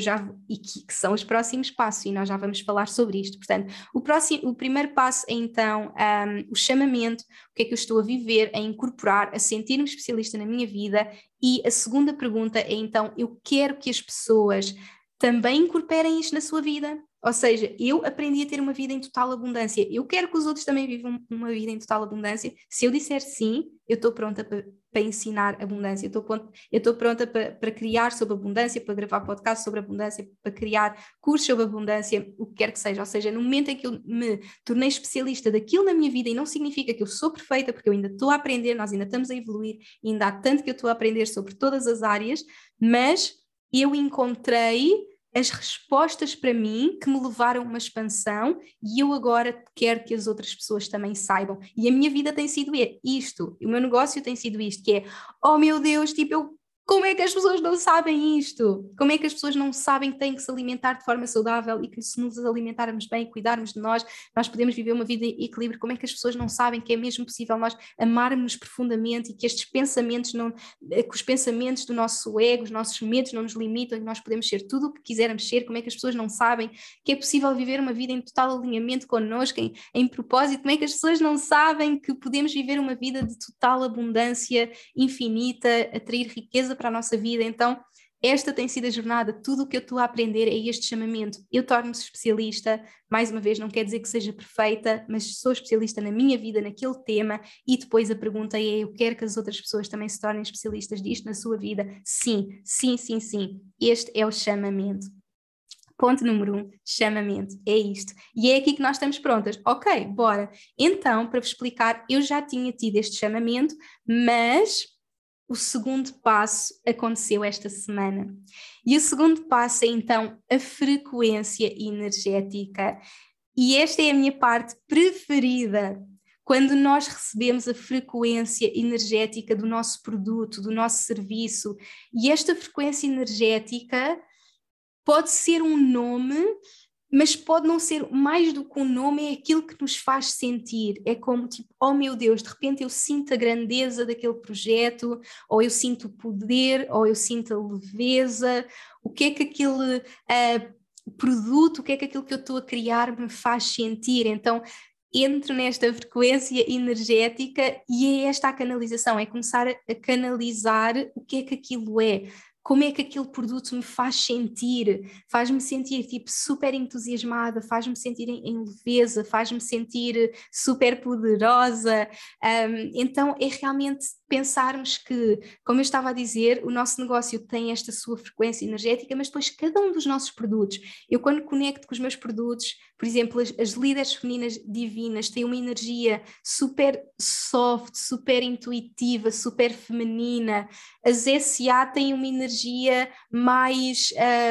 [SPEAKER 1] são os próximos passos, e nós já vamos falar sobre isto. Portanto, o primeiro passo é então o chamamento, o que é que eu estou a viver, a incorporar, a sentir-me especialista na minha vida, e a segunda pergunta é então, eu quero que as pessoas também incorporem isto na sua vida. Ou seja, eu aprendi a ter uma vida em total abundância. Eu quero que os outros também vivam uma vida em total abundância. Se eu disser sim, eu estou pronta para ensinar abundância. Eu estou pronta para criar sobre abundância, para gravar podcast sobre abundância, para criar cursos sobre abundância, o que quer que seja. Ou seja, no momento em que eu me tornei especialista daquilo na minha vida, e não significa que eu sou perfeita, porque eu ainda estou a aprender, nós ainda estamos a evoluir, e ainda há tanto que eu estou a aprender sobre todas as áreas, mas eu encontrei as respostas para mim que me levaram a uma expansão e eu agora quero que as outras pessoas também saibam. E a minha vida tem sido isto, o meu negócio tem sido isto, que é, oh meu Deus, tipo, como é que as pessoas não sabem isto? Como é que as pessoas não sabem que têm que se alimentar de forma saudável e que se nos alimentarmos bem e cuidarmos de nós, nós podemos viver uma vida em equilíbrio? Como é que as pessoas não sabem que é mesmo possível nós amarmos profundamente e que estes pensamentos que os pensamentos do nosso ego, os nossos medos não nos limitam e nós podemos ser tudo o que quisermos ser? Como é que as pessoas não sabem que é possível viver uma vida em total alinhamento connosco, em propósito? Como é que as pessoas não sabem que podemos viver uma vida de total abundância infinita, atrair riqueza para a nossa vida? Então esta tem sido a jornada, tudo o que eu estou a aprender é este chamamento. Eu torno-me especialista, mais uma vez não quer dizer que seja perfeita, mas sou especialista na minha vida, naquele tema, e depois a pergunta é, eu quero que as outras pessoas também se tornem especialistas disto na sua vida? Sim, sim, sim, sim, este é o chamamento. Ponto número 1, chamamento, é isto. E é aqui que nós estamos prontas. Ok, bora. Então, para vos explicar, eu já tinha tido este chamamento, mas o segundo passo aconteceu esta semana. E o segundo passo é então a frequência energética. E esta é a minha parte preferida. Quando nós recebemos a frequência energética do nosso produto, do nosso serviço, e esta frequência energética pode ser um nome, mas pode não ser mais do que um nome, é aquilo que nos faz sentir. É como tipo, oh meu Deus, de repente eu sinto a grandeza daquele projeto, ou eu sinto o poder, ou eu sinto a leveza. O que é que aquele produto, o que é que aquilo que eu estou a criar me faz sentir? Então entro nesta frequência energética e é esta a canalização, é começar a canalizar o que é que aquilo é. Como é que aquele produto me faz sentir? Faz-me sentir tipo super entusiasmada, faz-me sentir em leveza, faz-me sentir super poderosa. Então é realmente pensarmos que, como eu estava a dizer, o nosso negócio tem esta sua frequência energética, mas depois cada um dos nossos produtos, eu quando conecto com os meus produtos, por exemplo, as líderes femininas divinas têm uma energia super soft, super intuitiva, super feminina. As SA têm uma energia mais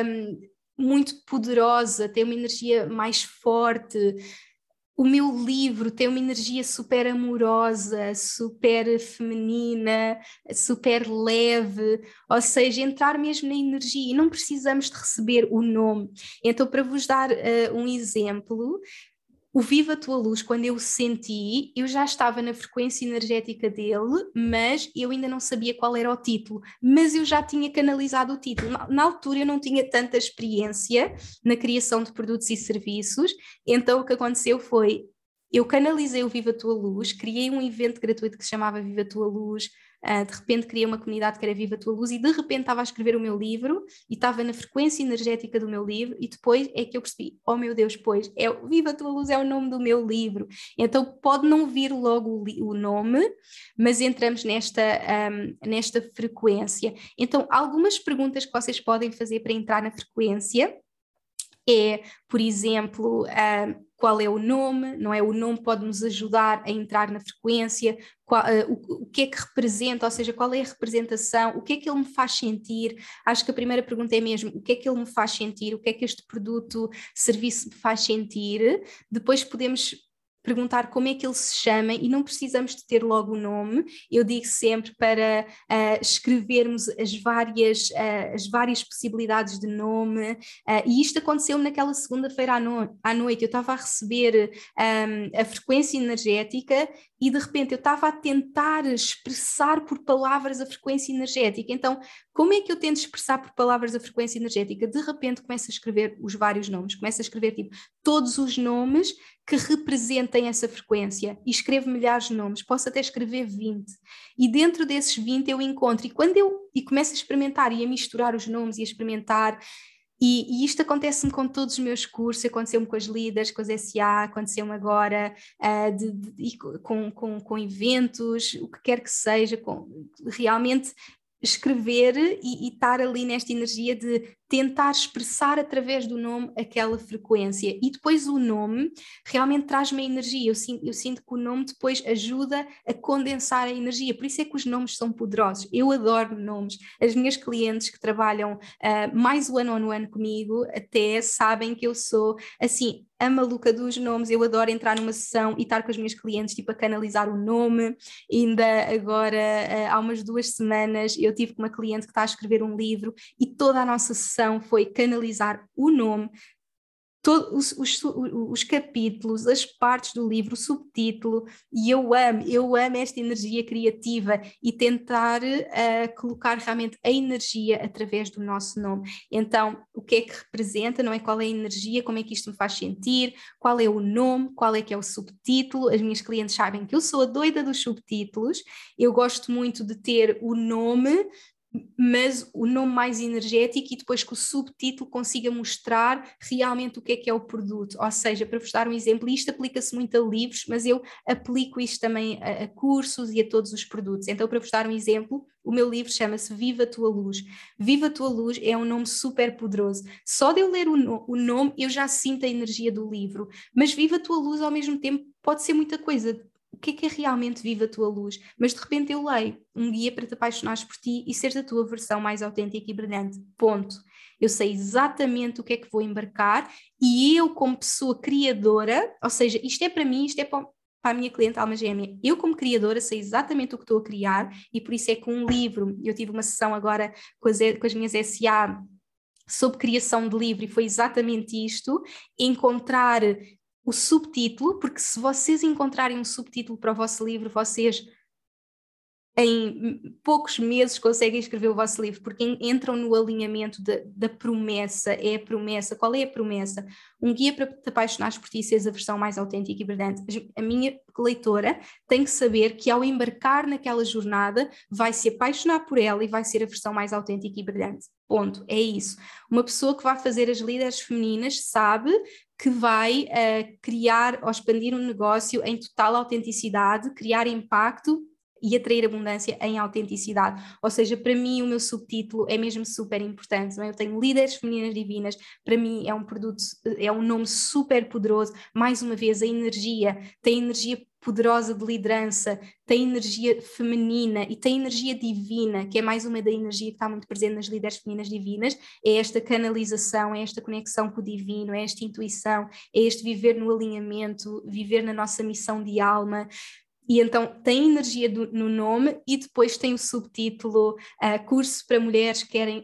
[SPEAKER 1] muito poderosa, têm uma energia mais forte. O meu livro tem uma energia super amorosa, super feminina, super leve, ou seja, entrar mesmo na energia, e não precisamos de receber o nome. Então, para vos dar um exemplo, o Viva a Tua Luz, quando eu o senti, eu já estava na frequência energética dele, mas eu ainda não sabia qual era o título, mas eu já tinha canalizado o título. Na altura eu não tinha tanta experiência na criação de produtos e serviços, então o que aconteceu foi, eu canalizei o Viva a Tua Luz, criei um evento gratuito que se chamava Viva a Tua Luz, de repente criei uma comunidade que era Viva a Tua Luz e de repente estava a escrever o meu livro e estava na frequência energética do meu livro e depois é que eu percebi, oh meu Deus, pois, Viva a Tua Luz é o nome do meu livro, então pode não vir logo o nome, mas entramos nesta frequência. Então, algumas perguntas que vocês podem fazer para entrar na frequência é, por exemplo, qual é o nome, não é? O nome pode nos ajudar a entrar na frequência, o que é que representa, ou seja, qual é a representação, o que é que ele me faz sentir. Acho que a primeira pergunta é mesmo, o que é que ele me faz sentir, o que é que este produto, serviço me faz sentir. Depois podemos perguntar como é que ele se chama e não precisamos de ter logo o nome. Eu digo sempre para escrevermos as várias possibilidades de nome, e isto aconteceu-me naquela segunda-feira à noite. Eu estava a receber a frequência energética e de repente eu estava a tentar expressar por palavras a frequência energética. Então, como é que eu tento expressar por palavras a frequência energética? De repente começo a escrever os vários nomes, começo a escrever tipo todos os nomes que representem essa frequência e escrevo milhares de nomes, posso até escrever 20 e dentro desses 20 eu encontro e começo a experimentar e a misturar os nomes e a experimentar. E isto acontece-me com todos os meus cursos, aconteceu-me com as líderes, com as SA, aconteceu-me agora com eventos, o que quer que seja, realmente escrever e estar ali nesta energia de tentar expressar através do nome aquela frequência. E depois o nome realmente traz-me a energia. Eu sinto que o nome depois ajuda a condensar a energia. Por isso é que os nomes são poderosos. Eu adoro nomes. As minhas clientes que trabalham mais one on one comigo até sabem que eu sou assim a maluca dos nomes. Eu adoro entrar numa sessão e estar com as minhas clientes tipo a canalizar o nome. Ainda agora há umas 2 semanas eu tive com uma cliente que está a escrever um livro e toda a nossa sessão foi canalizar o nome, todos os capítulos, as partes do livro, o subtítulo, e eu amo esta energia criativa e tentar colocar realmente a energia através do nosso nome. Então, o que é que representa, não é? Qual é a energia, como é que isto me faz sentir, qual é o nome, qual é que é o subtítulo. As minhas clientes sabem que eu sou a doida dos subtítulos, eu gosto muito de ter o nome, mas o nome mais energético e depois que o subtítulo consiga mostrar realmente o que é o produto. Ou seja, para vos dar um exemplo, isto aplica-se muito a livros, mas eu aplico isto também a cursos e a todos os produtos. Então, para vos dar um exemplo, o meu livro chama-se Viva a Tua Luz. Viva a Tua Luz é um nome super poderoso. Só de eu ler o nome, eu já sinto a energia do livro. Mas Viva a Tua Luz, ao mesmo tempo, pode ser muita coisa. O que é realmente Viva a Tua Luz? Mas de repente eu leio um guia para te apaixonares por ti e seres a tua versão mais autêntica e brilhante. Ponto. Eu sei exatamente o que é que vou embarcar e eu, como pessoa criadora, ou seja, isto é para mim, isto é para a minha cliente alma gêmea, eu como criadora sei exatamente o que estou a criar e por isso é que um livro, eu tive uma sessão agora com as minhas SA sobre criação de livro e foi exatamente isto, encontrar o subtítulo, porque se vocês encontrarem um subtítulo para o vosso livro, vocês em poucos meses conseguem escrever o vosso livro, porque entram no alinhamento da promessa. É a promessa. Qual é a promessa? Um guia para te apaixonares por ti e seres a versão mais autêntica e brilhante. A minha leitora tem que saber que ao embarcar naquela jornada vai se apaixonar por ela e vai ser a versão mais autêntica e brilhante. Ponto. É isso. Uma pessoa que vai fazer as líderes femininas sabe que vai criar ou expandir um negócio em total autenticidade, criar impacto e atrair abundância em autenticidade. Ou seja, para mim o meu subtítulo é mesmo super importante, não é? Eu tenho líderes femininas divinas, para mim é um produto, é um nome super poderoso. Mais uma vez, a energia, tem energia poderosa de liderança, tem energia feminina e tem energia divina, que é mais uma da energia que está muito presente nas líderes femininas divinas, é esta canalização, é esta conexão com o divino, é esta intuição, é este viver no alinhamento, viver na nossa missão de alma. E então tem energia no nome e depois tem o subtítulo Curso para mulheres que querem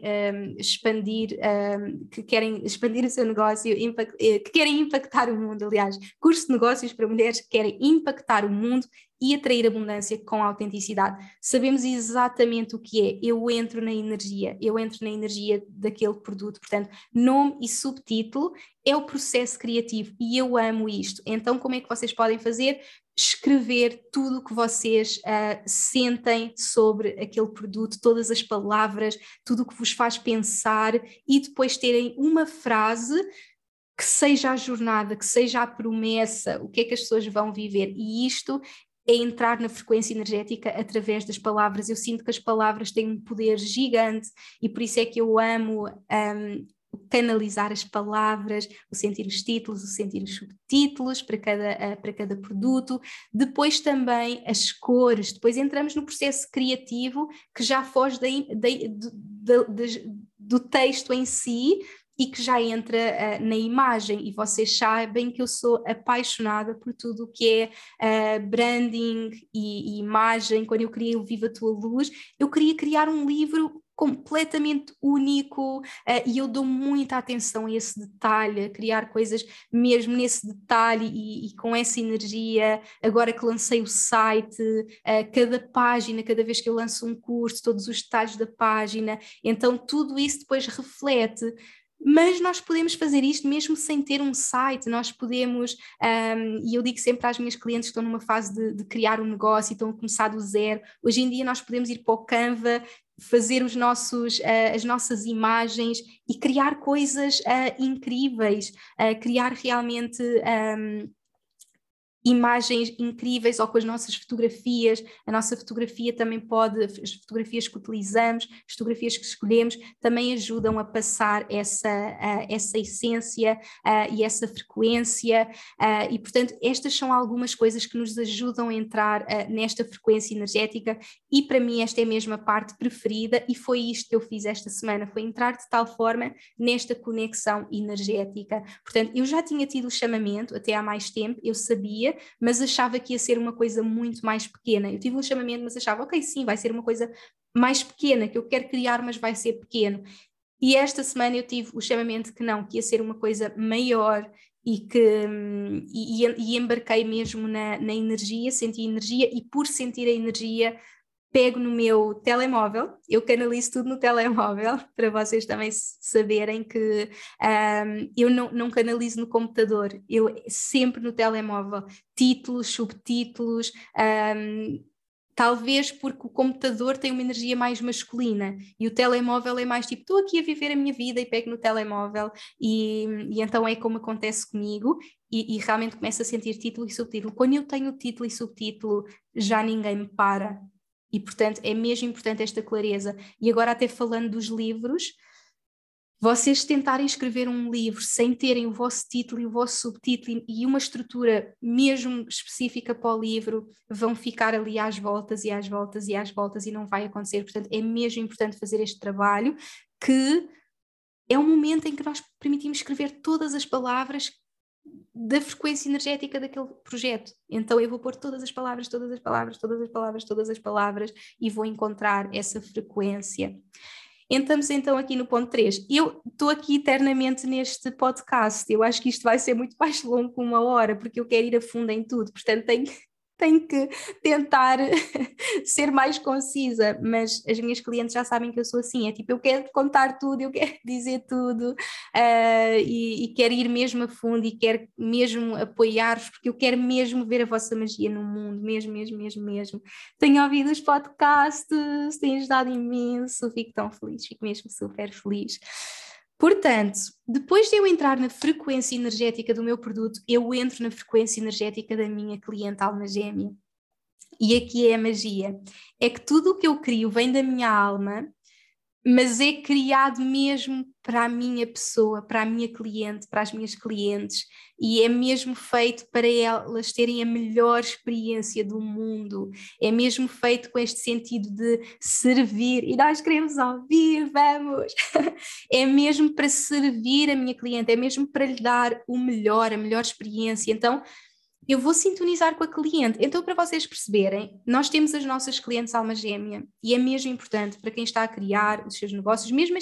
[SPEAKER 1] expandir o seu negócio, que querem impactar o mundo, aliás, curso de negócios para mulheres que querem impactar o mundo e atrair abundância com autenticidade. Sabemos exatamente o que é. Eu entro na energia daquele produto. Portanto, nome e subtítulo é o processo criativo e eu amo isto. Então, como é que vocês podem fazer? Escrever tudo o que vocês sentem sobre aquele produto, todas as palavras, tudo o que vos faz pensar e depois terem uma frase que seja a jornada, que seja a promessa, o que é que as pessoas vão viver. E isto é entrar na frequência energética através das palavras. Eu sinto que as palavras têm um poder gigante e por isso é que eu amo canalizar as palavras, o sentir os títulos, o sentir os subtítulos para cada produto. Depois também as cores. Depois entramos no processo criativo que já foge do texto em si, e que já entra na imagem, e vocês sabem que eu sou apaixonada por tudo o que é branding e imagem. Quando eu criei o Viva a Tua Luz, eu queria criar um livro completamente único e eu dou muita atenção a esse detalhe, a criar coisas mesmo nesse detalhe e com essa energia. Agora que lancei o site, cada página, cada vez que eu lanço um curso, todos os detalhes da página, então tudo isso depois reflete. Mas nós podemos fazer isto mesmo sem ter um site. Nós podemos, e eu digo sempre às minhas clientes que estão numa fase de criar um negócio e estão a começar do zero, hoje em dia nós podemos ir para o Canva, fazer as nossas imagens e criar coisas incríveis, criar realmente imagens incríveis, ou com as nossas fotografias. A nossa fotografia também pode, as fotografias que utilizamos, as fotografias que escolhemos, também ajudam a passar essa essência e essa frequência, e portanto estas são algumas coisas que nos ajudam a entrar nesta frequência energética, e para mim esta é mesmo a parte preferida, e foi isto que eu fiz esta semana, foi entrar de tal forma nesta conexão energética. Portanto, eu já tinha tido o chamamento até há mais tempo, eu sabia, mas achava que ia ser uma coisa muito mais pequena. Eu tive um chamamento, mas achava, ok, sim, vai ser uma coisa mais pequena, que eu quero criar, mas vai ser pequeno. E esta semana eu tive o chamamento que não, que ia ser uma coisa maior e embarquei mesmo na energia, senti energia, e por sentir a energia pego no meu telemóvel, eu canalizo tudo no telemóvel, para vocês também saberem que eu não canalizo no computador, eu sempre no telemóvel, títulos, subtítulos, talvez porque o computador tem uma energia mais masculina e o telemóvel é mais tipo, estou aqui a viver a minha vida e pego no telemóvel, e então é como acontece comigo, e realmente começo a sentir título e subtítulo. Quando eu tenho título e subtítulo, já ninguém me para. E, portanto, é mesmo importante esta clareza. E agora, até falando dos livros, vocês tentarem escrever um livro sem terem o vosso título e o vosso subtítulo e uma estrutura mesmo específica para o livro, vão ficar ali às voltas e às voltas e às voltas e não vai acontecer. Portanto, é mesmo importante fazer este trabalho, que é um momento em que nós permitimos escrever todas as palavras da frequência energética daquele projeto. Então eu vou pôr todas as palavras, todas as palavras, todas as palavras, todas as palavras, e vou encontrar essa frequência. Entramos então aqui no ponto 3. Eu estou aqui eternamente neste podcast, eu acho que isto vai ser muito mais longo que 1 hora, porque eu quero ir a fundo em tudo, portanto tenho que tentar ser mais concisa, mas as minhas clientes já sabem que eu sou assim, é tipo, eu quero contar tudo, eu quero dizer tudo, e quero ir mesmo a fundo e quero mesmo apoiar-vos, porque eu quero mesmo ver a vossa magia no mundo, mesmo, mesmo, mesmo, mesmo. Tenho ouvido os podcasts, tenho ajudado imenso, fico tão feliz, fico mesmo super feliz. Portanto, depois de eu entrar na frequência energética do meu produto, eu entro na frequência energética da minha cliente alma gêmea. E aqui é a magia. É que tudo o que eu crio vem da minha alma, mas é criado mesmo para a minha pessoa, para a minha cliente, para as minhas clientes, e é mesmo feito para elas terem a melhor experiência do mundo, é mesmo feito com este sentido de servir, e nós queremos ouvir, vamos! É mesmo para servir a minha cliente, é mesmo para lhe dar o melhor, a melhor experiência. Então, eu vou sintonizar com a cliente. Então, para vocês perceberem, nós temos as nossas clientes alma gêmea e é mesmo importante para quem está a criar os seus negócios, mesmo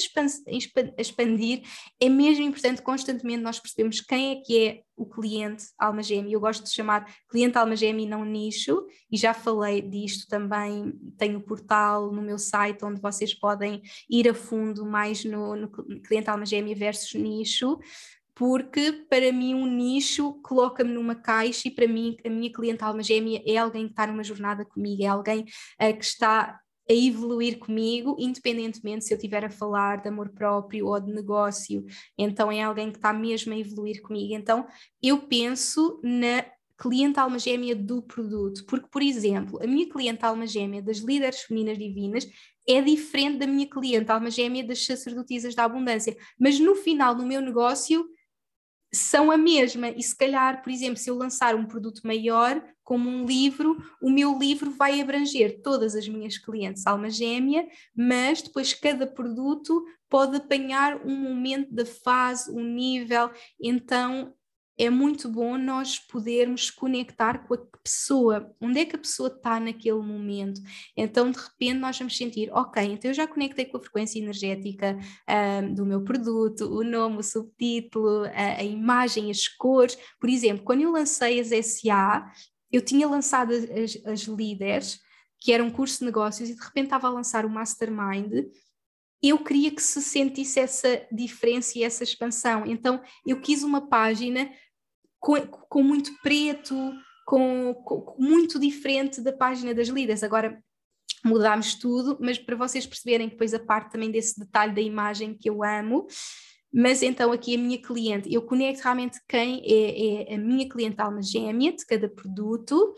[SPEAKER 1] a expandir, é mesmo importante constantemente nós percebermos quem é que é o cliente alma gêmea. Eu gosto de chamar cliente alma gêmea e não nicho, e já falei disto também. Tenho o portal no meu site onde vocês podem ir a fundo mais no cliente alma gêmea versus nicho, porque para mim um nicho coloca-me numa caixa e para mim a minha cliente alma gêmea é alguém que está numa jornada comigo, é alguém que está a evoluir comigo, independentemente se eu estiver a falar de amor próprio ou de negócio, então é alguém que está mesmo a evoluir comigo. Então eu penso na cliente alma gêmea do produto, porque, por exemplo, a minha cliente alma gêmea das líderes femininas divinas é diferente da minha cliente alma gêmea das sacerdotisas da abundância, mas no final, no meu negócio, são a mesma, e se calhar, por exemplo, se eu lançar um produto maior, como um livro, o meu livro vai abranger todas as minhas clientes alma gêmea, mas depois cada produto pode apanhar um momento da fase, um nível, então é muito bom nós podermos conectar com a pessoa, onde é que a pessoa está naquele momento. Então de repente nós vamos sentir, ok, então eu já conectei com a frequência energética do meu produto, o nome, o subtítulo, a imagem, as cores. Por exemplo, quando eu lancei as SA, eu tinha lançado as líderes, que era um curso de negócios, e de repente estava a lançar o Mastermind. Eu queria que se sentisse essa diferença e essa expansão. Então eu quis uma página com muito preto, com muito diferente da página das líderes. Agora mudámos tudo, mas para vocês perceberem depois a parte também desse detalhe da imagem que eu amo. Mas então aqui a minha cliente, eu conecto realmente quem é a minha cliente alma gêmea de cada produto,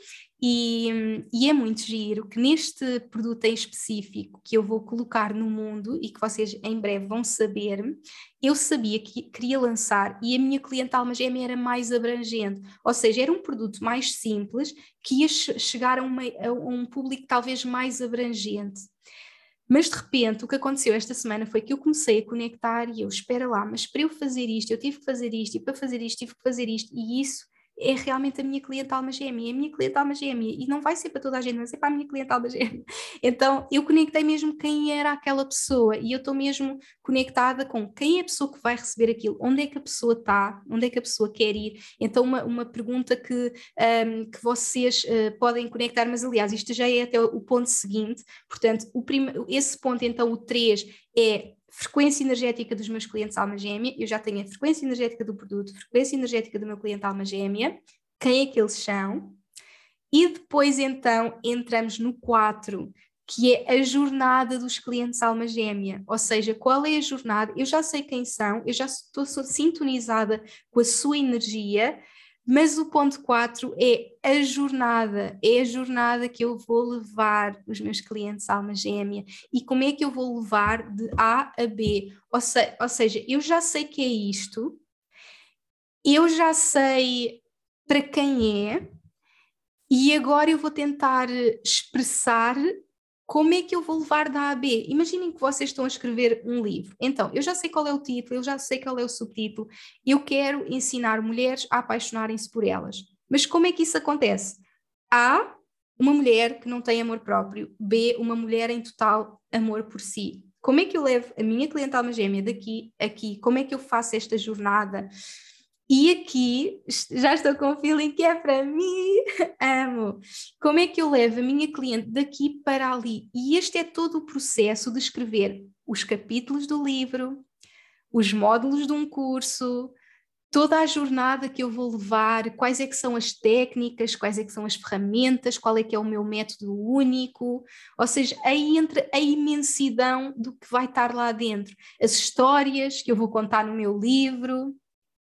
[SPEAKER 1] e é muito giro que neste produto em específico que eu vou colocar no mundo e que vocês em breve vão saber, eu sabia que queria lançar e a minha cliente alma gêmea era mais abrangente, ou seja, era um produto mais simples que ia chegar a um público talvez mais abrangente. Mas de repente o que aconteceu esta semana foi que eu comecei a conectar e eu, espera lá, mas para eu fazer isto, eu tive que fazer isto, e para fazer isto tive que fazer isto, e isso é realmente a minha cliente alma gêmea, é a minha cliente alma gêmea, e não vai ser para toda a gente, mas é para a minha cliente alma gêmea. Então eu conectei mesmo quem era aquela pessoa, e eu estou mesmo conectada com quem é a pessoa que vai receber aquilo, onde é que a pessoa está, onde é que a pessoa quer ir. Então uma pergunta que vocês podem conectar, mas aliás isto já é até o ponto seguinte, portanto esse ponto então o 3 é frequência energética dos meus clientes alma gêmea. Eu já tenho a frequência energética do produto, frequência energética do meu cliente alma gêmea, quem é que eles são, e depois então entramos no 4, que é a jornada dos clientes alma gêmea, ou seja, qual é a jornada, eu já sei quem são, eu já estou sintonizada com a sua energia, mas o ponto 4 é a jornada que eu vou levar os meus clientes alma gêmea, e como é que eu vou levar de A a B, ou seja, eu já sei que é isto, eu já sei para quem é, e agora eu vou tentar expressar como é que eu vou levar da A a B. Imaginem que vocês estão a escrever um livro. Então, eu já sei qual é o título, eu já sei qual é o subtítulo. Eu quero ensinar mulheres a apaixonarem-se por elas. Mas como é que isso acontece? A, uma mulher que não tem amor próprio. B, uma mulher em total amor por si. Como é que eu levo a minha cliente alma gêmea daqui a aqui? Como é que eu faço esta jornada? E aqui já estou com o feeling que é para mim, amo. Como é que eu levo a minha cliente daqui para ali? E este é todo o processo de escrever os capítulos do livro, os módulos de um curso, toda a jornada que eu vou levar, quais é que são as técnicas, quais é que são as ferramentas, qual é que é o meu método único, ou seja, aí entra a imensidão do que vai estar lá dentro, as histórias que eu vou contar no meu livro,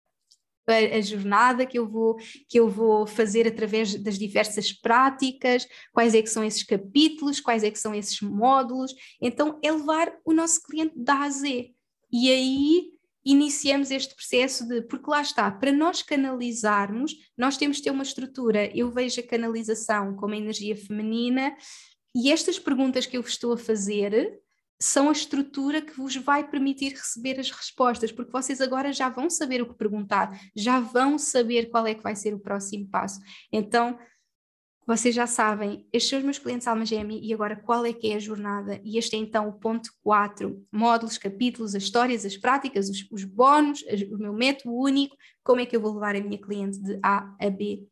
[SPEAKER 1] a jornada que eu vou fazer através das diversas práticas, quais é que são esses capítulos, quais é que são esses módulos. Então é levar o nosso cliente da A a Z. E aí iniciamos este processo porque lá está, para nós canalizarmos, nós temos de ter uma estrutura. Eu vejo a canalização como a energia feminina, e estas perguntas que eu vos estou a fazer são a estrutura que vos vai permitir receber as respostas, porque vocês agora já vão saber o que perguntar, já vão saber qual é que vai ser o próximo passo. Então, vocês já sabem, estes são os meus clientes alma gêmea e agora qual é que é a jornada? E este é então o ponto 4, módulos, capítulos, as histórias, as práticas, os bónus, o meu método único, como é que eu vou levar a minha cliente de A a B.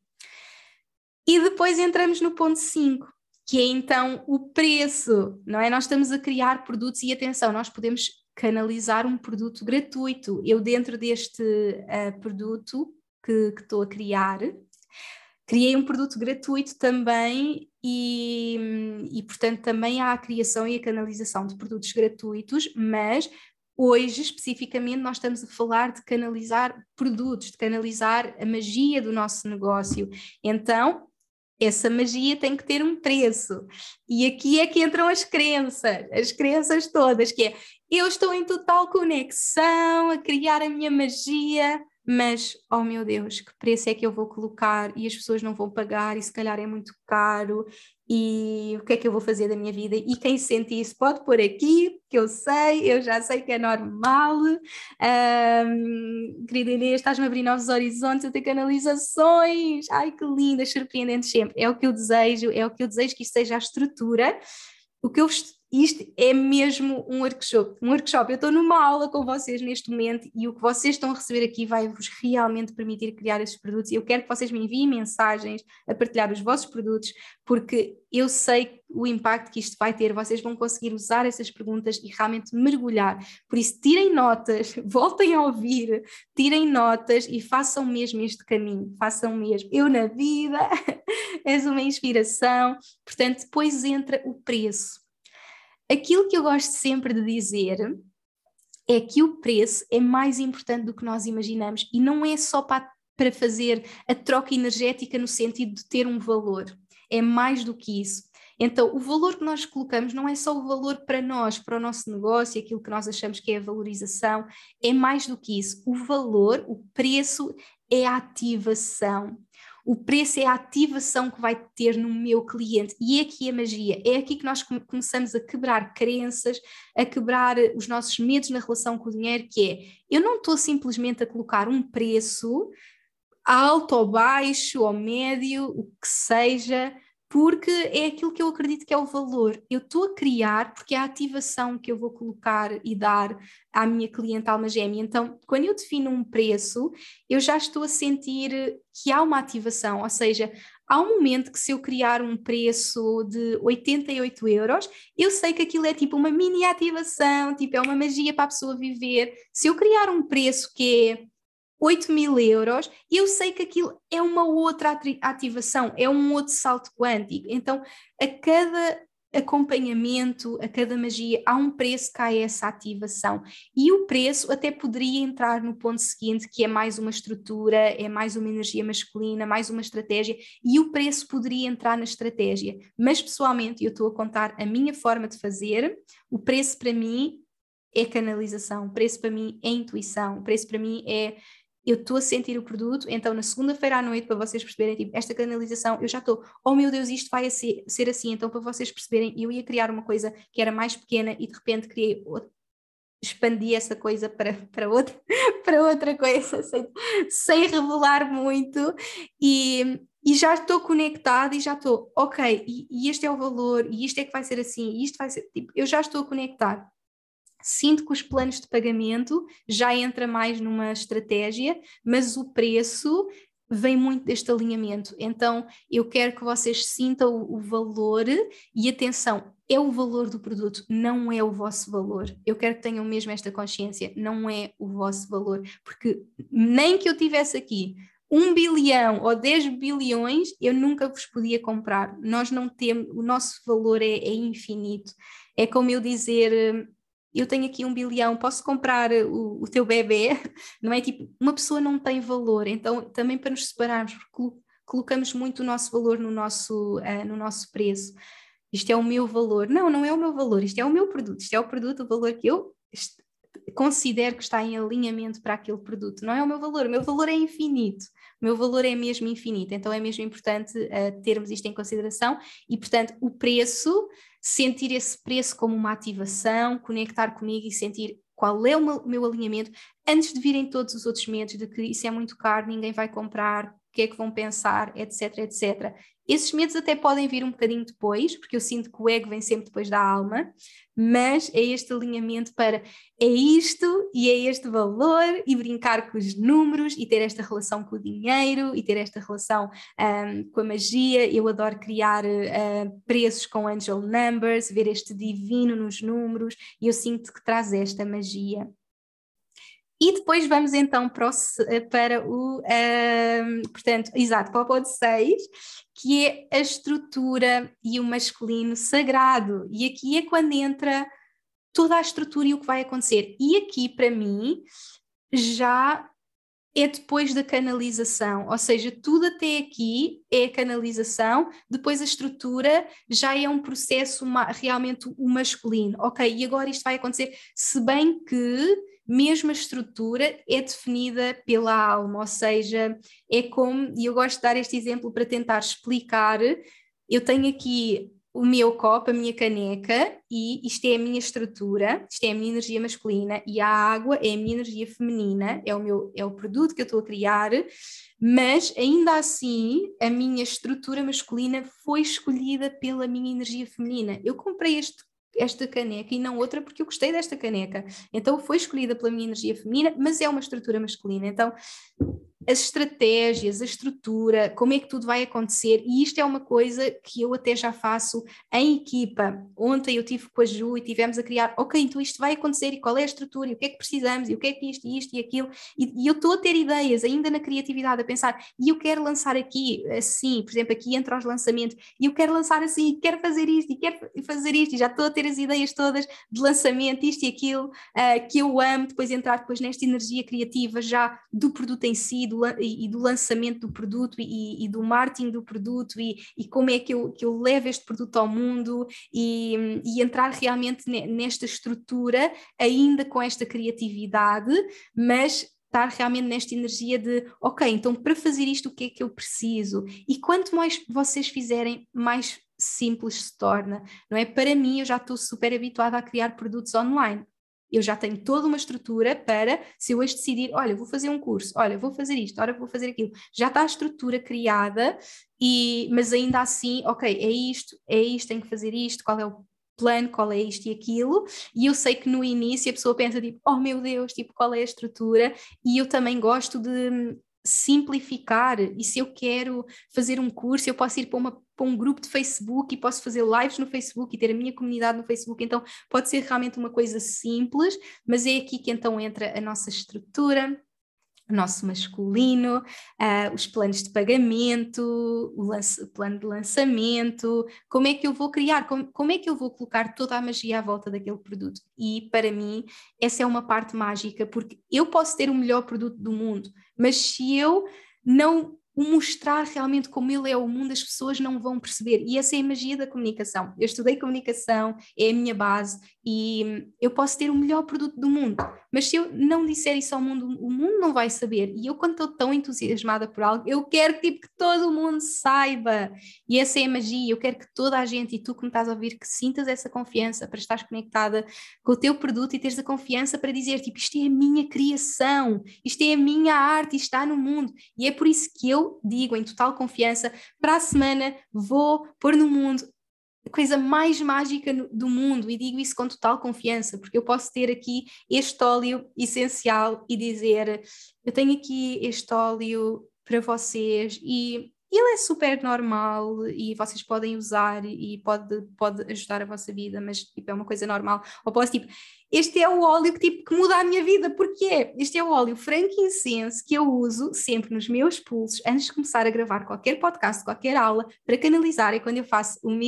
[SPEAKER 1] E depois entramos no ponto 5, que é então o preço, não é? Nós estamos a criar produtos e atenção, nós podemos canalizar um produto gratuito. Eu dentro deste produto que estou a criar, criei um produto gratuito também e, portanto, também há a criação e a canalização de produtos gratuitos, mas hoje, especificamente, nós estamos a falar de canalizar produtos, de canalizar a magia do nosso negócio. Então, essa magia tem que ter um preço. E aqui é que entram as crenças todas, que é, eu estou em total conexão a criar a minha magia, mas, oh meu Deus, que preço é que eu vou colocar e as pessoas não vão pagar e se calhar é muito caro e o que é que eu vou fazer da minha vida? E quem sente isso pode pôr aqui, que eu já sei que é normal. Querida Inês, estás-me a abrir novos horizontes, a ter canalizações, ai que lindas, surpreendentes sempre, é o que eu desejo que isto seja a estrutura. Isto é mesmo um workshop, eu estou numa aula com vocês neste momento e o que vocês estão a receber aqui vai-vos realmente permitir criar esses produtos. Eu quero que vocês me enviem mensagens a partilhar os vossos produtos, porque eu sei o impacto que isto vai ter, vocês vão conseguir usar essas perguntas e realmente mergulhar. Por isso, tirem notas, voltem a ouvir, tirem notas e façam mesmo este caminho, façam mesmo. Eu na vida, és uma inspiração. Portanto, depois entra o preço. Aquilo que eu gosto sempre de dizer é que o preço é mais importante do que nós imaginamos e não é só para fazer a troca energética no sentido de ter um valor, é mais do que isso. Então, o valor que nós colocamos não é só o valor para nós, para o nosso negócio, aquilo que nós achamos que é a valorização, é mais do que isso. O valor, o preço é a ativação. O preço é a ativação que vai ter no meu cliente e é aqui a magia, é aqui que nós começamos a quebrar crenças, a quebrar os nossos medos na relação com o dinheiro, que é, eu não estou simplesmente a colocar um preço alto ou baixo ou médio, o que seja, porque é aquilo que eu acredito que é o valor. Eu estou a criar porque é a ativação que eu vou colocar e dar à minha cliente alma gêmea. Então, quando eu defino um preço, eu já estou a sentir que há uma ativação, ou seja, há um momento que se eu criar um preço de 88€, eu sei que aquilo é tipo uma mini ativação, tipo é uma magia para a pessoa viver. Se eu criar um preço que é 8.000€, eu sei que aquilo é uma outra ativação, é um outro salto quântico. Então, a cada acompanhamento, a cada magia, há um preço que há essa ativação. E o preço até poderia entrar no ponto seguinte, que é mais uma estrutura, é mais uma energia masculina, mais uma estratégia, e o preço poderia entrar na estratégia. Mas, pessoalmente, eu estou a contar a minha forma de fazer, o preço para mim é canalização, o preço para mim é intuição, o preço para mim é eu estou a sentir o produto, então na segunda-feira à noite, para vocês perceberem, tipo, esta canalização, eu já estou, oh meu Deus, isto vai ser assim, então para vocês perceberem, eu ia criar uma coisa que era mais pequena e de repente expandi essa coisa para outra coisa, sem revelar muito, e já estou conectada e já estou, ok, e este é o valor, e isto é que vai ser assim, e isto vai ser, tipo, eu já estou a conectar. Sinto que os planos de pagamento já entra mais numa estratégia, mas o preço vem muito deste alinhamento. Então, eu quero que vocês sintam o valor e atenção, é o valor do produto, não é o vosso valor. Eu quero que tenham mesmo esta consciência, não é o vosso valor, porque nem que eu tivesse aqui 1 bilhão ou 10 bilhões, eu nunca vos podia comprar. Nós não temos, o nosso valor é infinito. É como eu dizer, eu tenho aqui 1 bilhão, posso comprar o teu bebê? Não é tipo, uma pessoa não tem valor, então também para nos separarmos, porque colocamos muito o nosso valor no nosso preço. Isto é o meu valor. Não, não é o meu valor, isto é o meu produto, isto é o produto, o valor que eu considero que está em alinhamento para aquele produto. Não é o meu valor é infinito. O meu valor é mesmo infinito, então é mesmo importante termos isto em consideração e, portanto, o preço, sentir esse preço como uma ativação, conectar comigo e sentir qual é o meu alinhamento, antes de virem todos os outros medos de que isso é muito caro, ninguém vai comprar, o que é que vão pensar, etc, etc. Esses medos até podem vir um bocadinho depois, porque eu sinto que o ego vem sempre depois da alma, mas é este alinhamento para é isto e é este valor e brincar com os números e ter esta relação com o dinheiro e ter esta relação com a magia. Eu adoro criar preços com angel numbers, ver este divino nos números e eu sinto que traz esta magia. E depois vamos então para o, portanto, exato, para o ponto 6, que é a estrutura e o masculino sagrado. E aqui é quando entra toda a estrutura e o que vai acontecer. E aqui, para mim, já é depois da canalização, ou seja, tudo até aqui é a canalização, depois a estrutura já é um processo realmente o masculino. Ok, e agora isto vai acontecer, se bem que mesmo a estrutura é definida pela alma, ou seja, é como, e eu gosto de dar este exemplo para tentar explicar, eu tenho aqui o meu copo, a minha caneca, e isto é a minha estrutura, isto é a minha energia masculina, e a água é a minha energia feminina, é o produto que eu estou a criar, mas ainda assim a minha estrutura masculina foi escolhida pela minha energia feminina. Eu comprei esta caneca e não outra porque eu gostei desta caneca, então foi escolhida pela minha energia feminina, mas é uma estrutura masculina. Então as estratégias, a estrutura, como é que tudo vai acontecer, e isto é uma coisa que eu até já faço em equipa. Ontem eu estive com a Ju e tivemos a criar, ok, então isto vai acontecer e qual é a estrutura e o que é que precisamos e o que é que isto e aquilo, e eu estou a ter ideias ainda na criatividade, a pensar, e eu quero lançar aqui assim, por exemplo, aqui entre os lançamentos, e eu quero lançar assim, quero fazer isto e quero fazer isto, e já estou a ter as ideias todas de lançamento, isto e aquilo, que eu amo, depois entrar depois nesta energia criativa já do produto em si, do lançamento do produto e do marketing do produto e como é que eu levo este produto ao mundo e entrar realmente nesta estrutura ainda com esta criatividade, mas estar realmente nesta energia de, ok, então para fazer isto o que é que eu preciso? E quanto mais vocês fizerem, mais simples se torna, não é? Para mim, eu já estou super habituada a criar produtos online. Eu já tenho toda uma estrutura para, se eu hoje decidir, olha, vou fazer um curso, olha, vou fazer isto, olha, vou fazer aquilo, já está a estrutura criada, mas ainda assim, ok, é isto, tenho que fazer isto, qual é o plano, qual é isto e aquilo, e eu sei que no início a pessoa pensa tipo, oh meu Deus, tipo, qual é a estrutura, e eu também gosto de simplificar, e se eu quero fazer um curso, eu posso ir para um grupo de Facebook e posso fazer lives no Facebook e ter a minha comunidade no Facebook, então pode ser realmente uma coisa simples, mas é aqui que então entra a nossa estrutura, o nosso masculino, os planos de pagamento, o plano de lançamento, como é que eu vou criar, como é que eu vou colocar toda a magia à volta daquele produto. E para mim essa é uma parte mágica, porque eu posso ter o melhor produto do mundo, mas se eu não o mostrar realmente como ele é o mundo, as pessoas não vão perceber, e essa é a magia da comunicação. Eu estudei comunicação, é a minha base, e eu posso ter o melhor produto do mundo, mas se eu não disser isso ao mundo, o mundo não vai saber, e eu quando estou tão entusiasmada por algo, eu quero tipo, que todo mundo saiba, e essa é a magia, eu quero que toda a gente, e tu que me estás a ouvir, que sintas essa confiança para estares conectada com o teu produto e teres a confiança para dizer, tipo, isto é a minha criação, isto é a minha arte, isto está no mundo, e é por isso que eu digo em total confiança, para a semana vou pôr no mundo a coisa mais mágica do mundo, e digo isso com total confiança, porque eu posso ter aqui este óleo essencial e dizer, eu tenho aqui este óleo para vocês e ele é super normal e vocês podem usar e pode ajudar a vossa vida, mas tipo, é uma coisa normal. Ou posso tipo, este é o óleo que muda a minha vida, porque este é o óleo frankincense que eu uso sempre nos meus pulsos antes de começar a gravar qualquer podcast, qualquer aula, para canalizar. É quando eu faço o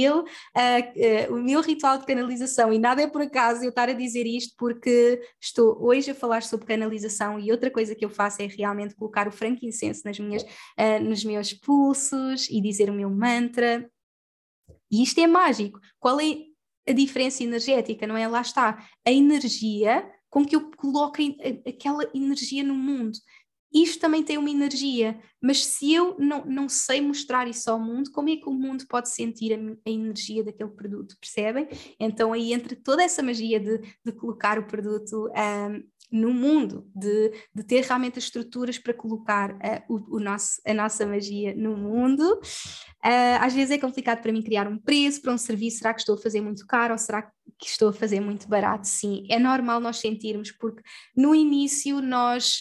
[SPEAKER 1] meu ritual de canalização, e nada é por acaso eu estar a dizer isto, porque estou hoje a falar sobre canalização, e outra coisa que eu faço é realmente colocar o frankincense nos meus pulsos e dizer o meu mantra. E isto é mágico. Qual é a diferença energética, não é? Lá está. A energia com que eu coloque aquela energia no mundo. Isto também tem uma energia, mas se eu não sei mostrar isso ao mundo, como é que o mundo pode sentir a energia daquele produto, percebem? Então aí entra toda essa magia de colocar o produto no mundo, de ter realmente as estruturas para colocar a nossa magia no mundo. Às vezes é complicado para mim criar um preço para um serviço. Será que estou a fazer muito caro ou será que estou a fazer muito barato? Sim, é normal nós sentirmos, porque no início nós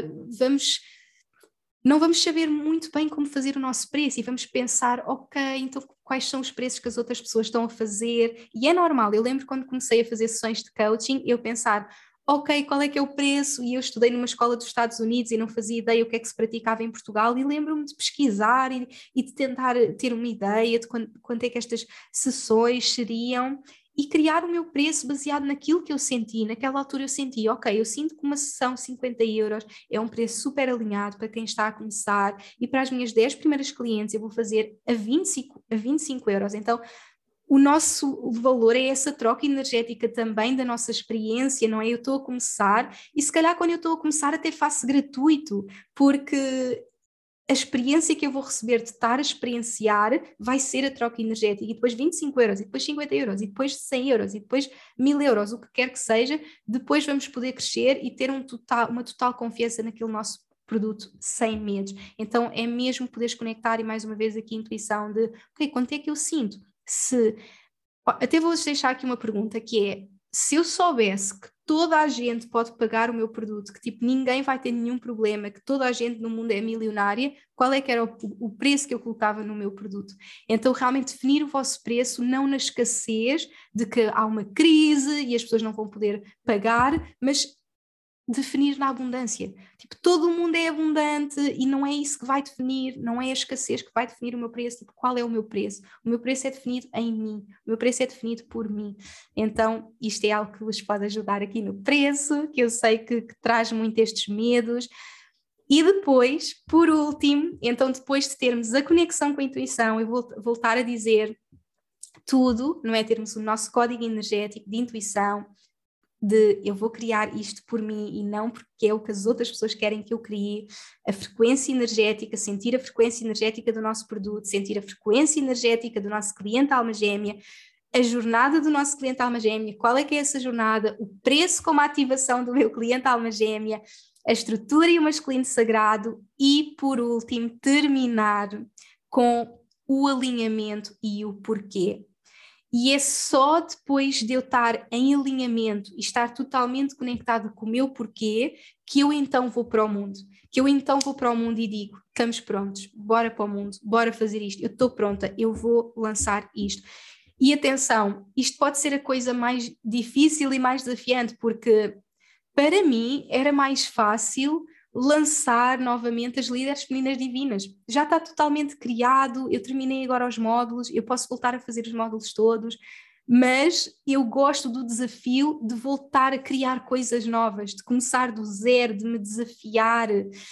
[SPEAKER 1] não vamos saber muito bem como fazer o nosso preço e vamos pensar, ok, então quais são os preços que as outras pessoas estão a fazer? E é normal. Eu lembro quando comecei a fazer sessões de coaching, eu pensar, ok, qual é que é o preço? E eu estudei numa escola dos Estados Unidos e não fazia ideia o que é que se praticava em Portugal, e lembro-me de pesquisar e de tentar ter uma ideia de quanto é que estas sessões seriam e criar o meu preço baseado naquilo que eu senti. Naquela altura eu senti, ok, eu sinto que uma sessão de 50 € é um preço super alinhado para quem está a começar, e para as minhas 10 primeiras clientes eu vou fazer a 25 €. Então o nosso valor é essa troca energética também da nossa experiência, não é? Eu estou a começar e se calhar quando eu estou a começar até faço gratuito, porque a experiência que eu vou receber de estar a experienciar vai ser a troca energética, e depois 25 €, e depois 50 €, e depois 100 € e depois 1000 €, o que quer que seja, depois vamos poder crescer e ter uma total confiança naquele nosso produto sem medos. Então é mesmo poderes conectar, e mais uma vez aqui a intuição de, ok, quanto é que eu sinto? Até vou-vos deixar aqui uma pergunta que é, se eu soubesse que toda a gente pode pagar o meu produto, que tipo, ninguém vai ter nenhum problema, que toda a gente no mundo é milionária, qual é que era o preço que eu colocava no meu produto? Então realmente definir o vosso preço não na escassez de que há uma crise e as pessoas não vão poder pagar, mas definir na abundância. Tipo, todo o mundo é abundante e não é isso que vai definir, não é a escassez que vai definir o meu preço. Tipo, qual é o meu preço? O meu preço é definido em mim, o meu preço é definido por mim. Então, isto é algo que vos pode ajudar aqui no preço, que eu sei que traz muito estes medos. E depois, por último, então depois de termos a conexão com a intuição, eu vou voltar a dizer tudo, não é? Termos o nosso código energético de intuição, de eu vou criar isto por mim e não porque é o que as outras pessoas querem que eu crie, a frequência energética, sentir a frequência energética do nosso produto, sentir a frequência energética do nosso cliente alma gêmea, a jornada do nosso cliente alma gêmea, qual é que é essa jornada, o preço como a ativação do meu cliente alma gêmea, a estrutura e o masculino sagrado, e por último terminar com o alinhamento e o porquê. E é só depois de eu estar em alinhamento e estar totalmente conectado com o meu porquê que eu então vou para o mundo. Que eu então vou para o mundo e digo, estamos prontos, bora para o mundo, bora fazer isto, eu estou pronta, eu vou lançar isto. E atenção, isto pode ser a coisa mais difícil e mais desafiante, porque para mim era mais fácil lançar novamente as líderes femininas divinas. Já está totalmente criado, eu terminei agora os módulos, eu posso voltar a fazer os módulos todos, mas eu gosto do desafio de voltar a criar coisas novas, de começar do zero, de me desafiar.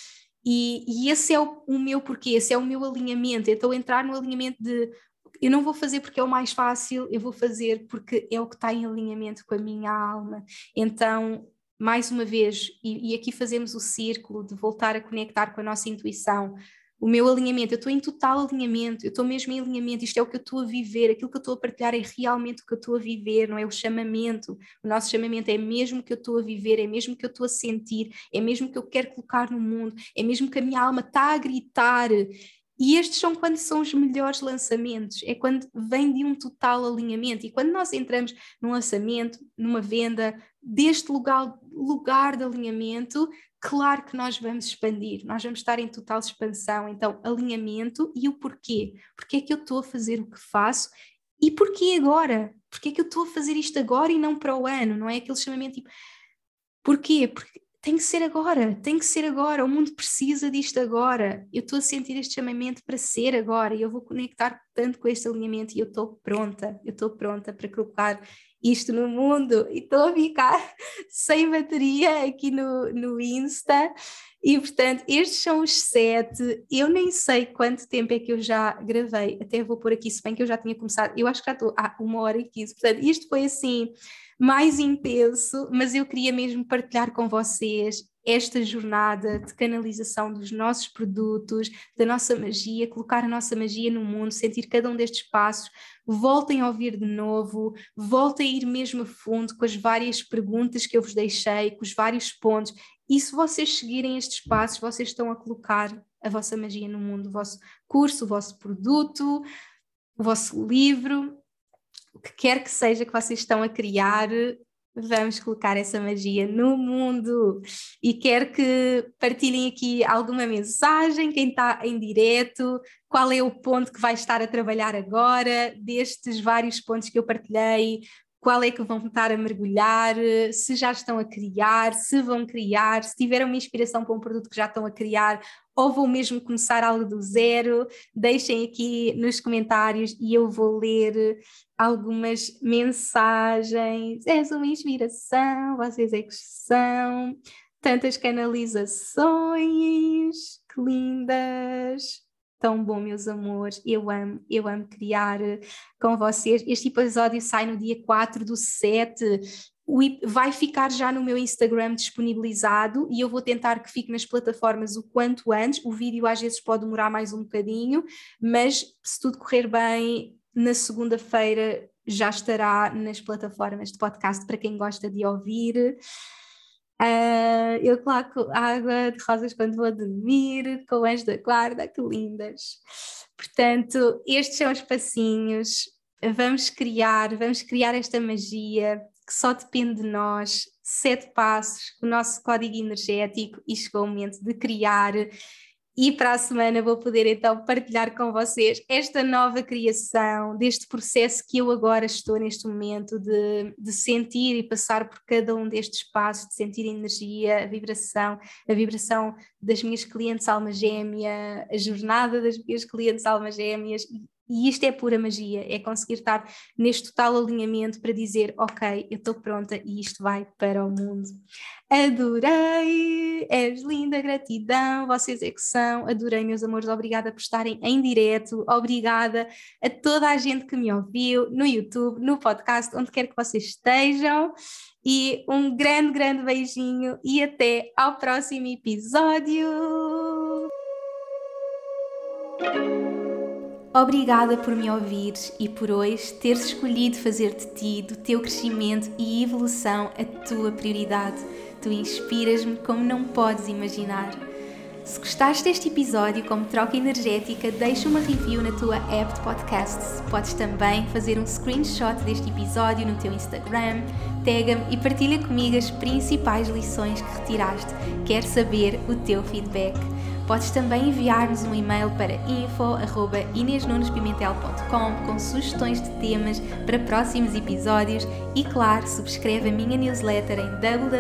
[SPEAKER 1] E esse é o meu porquê, esse é o meu alinhamento. Então entrar no alinhamento de eu não vou fazer porque é o mais fácil, eu vou fazer porque é o que está em alinhamento com a minha alma. Então, mais uma vez, e aqui fazemos o círculo de voltar a conectar com a nossa intuição. O meu alinhamento, eu estou em total alinhamento, eu estou mesmo em alinhamento, isto é o que eu estou a viver, aquilo que eu estou a partilhar é realmente o que eu estou a viver, não é o chamamento. O nosso chamamento é mesmo o que eu estou a viver, é mesmo o que eu estou a sentir, é mesmo o que eu quero colocar no mundo, é mesmo que a minha alma está a gritar. E estes são quando são os melhores lançamentos, é quando vem de um total alinhamento. E quando nós entramos num lançamento, numa venda, deste lugar de alinhamento, claro que nós vamos expandir, nós vamos estar em total expansão. Então, alinhamento e o porquê. Porquê é que eu estou a fazer o que faço e porquê agora? Porquê é que eu estou a fazer isto agora e não para o ano? Não é aquele chamamento tipo, porquê? Porque tem que ser agora, o mundo precisa disto agora, eu estou a sentir este chamamento para ser agora e eu vou conectar tanto com este alinhamento e eu estou pronta para colocar isto no mundo e estou a ficar sem bateria aqui no Insta. E portanto estes são os 7, eu nem sei quanto tempo é que eu já gravei, até vou pôr aqui, se bem que eu já tinha começado, eu acho que já estou há 1h15, portanto isto foi assim mais intenso, mas eu queria mesmo partilhar com vocês esta jornada de canalização dos nossos produtos, da nossa magia, colocar a nossa magia no mundo, sentir cada um destes passos. Voltem a ouvir de novo, voltem a ir mesmo a fundo com as várias perguntas que eu vos deixei, com os vários pontos, e se vocês seguirem estes passos, vocês estão a colocar a vossa magia no mundo, o vosso curso, o vosso produto, o vosso livro, o que quer que seja que vocês estão a criar, vamos colocar essa magia no mundo. E quero que partilhem aqui alguma mensagem, quem está em direto, qual é o ponto que vai estar a trabalhar agora, destes vários pontos que eu partilhei, qual é que vão estar a mergulhar, se já estão a criar, se vão criar, se tiveram uma inspiração para um produto que já estão a criar, ou vão mesmo começar algo do zero, deixem aqui nos comentários e eu vou ler algumas mensagens. És uma inspiração, vocês é que são, tantas canalizações, que lindas. Tão bom, meus amores, eu amo criar com vocês. Este episódio sai no dia 4/7, vai ficar já no meu Instagram disponibilizado e eu vou tentar que fique nas plataformas o quanto antes. O vídeo às vezes pode demorar mais um bocadinho, mas se tudo correr bem, na segunda-feira já estará nas plataformas de podcast para quem gosta de ouvir. Eu coloco água de rosas quando vou dormir, com anjos da guarda, que lindas. Portanto, estes são os passinhos. Vamos criar esta magia que só depende de nós. 7 passos, o nosso código energético, e chegou o momento de criar. E para a semana vou poder então partilhar com vocês esta nova criação, deste processo que eu agora estou neste momento de sentir e passar por cada um destes passos, de sentir a energia, a vibração das minhas clientes alma gêmea, a jornada das minhas clientes alma gêmeas. E isto é pura magia, é conseguir estar neste total alinhamento para dizer, ok, eu estou pronta e isto vai para o mundo. Adorei, és linda, gratidão, vocês é que são, adorei, meus amores, obrigada por estarem em direto, obrigada a toda a gente que me ouviu no YouTube, no podcast, onde quer que vocês estejam, e um grande, grande beijinho e até ao próximo episódio! Obrigada por me ouvires e por hoje teres escolhido fazer de ti, do teu crescimento e evolução, a tua prioridade. Tu inspiras-me como não podes imaginar. Se gostaste deste episódio como troca energética, deixa uma review na tua app de podcasts. Podes também fazer um screenshot deste episódio no teu Instagram, tag-me e partilha comigo as principais lições que retiraste. Quero saber o teu feedback. Podes também enviar-nos um e-mail para info@inesnunespimentel.com com sugestões de temas para próximos episódios e, claro, subscreve a minha newsletter em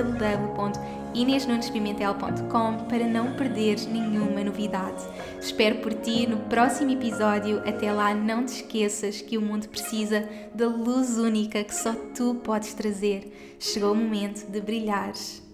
[SPEAKER 1] www.inesnunespimentel.com para não perderes nenhuma novidade. Espero por ti no próximo episódio. Até lá, não te esqueças que o mundo precisa da luz única que só tu podes trazer. Chegou o momento de brilhares.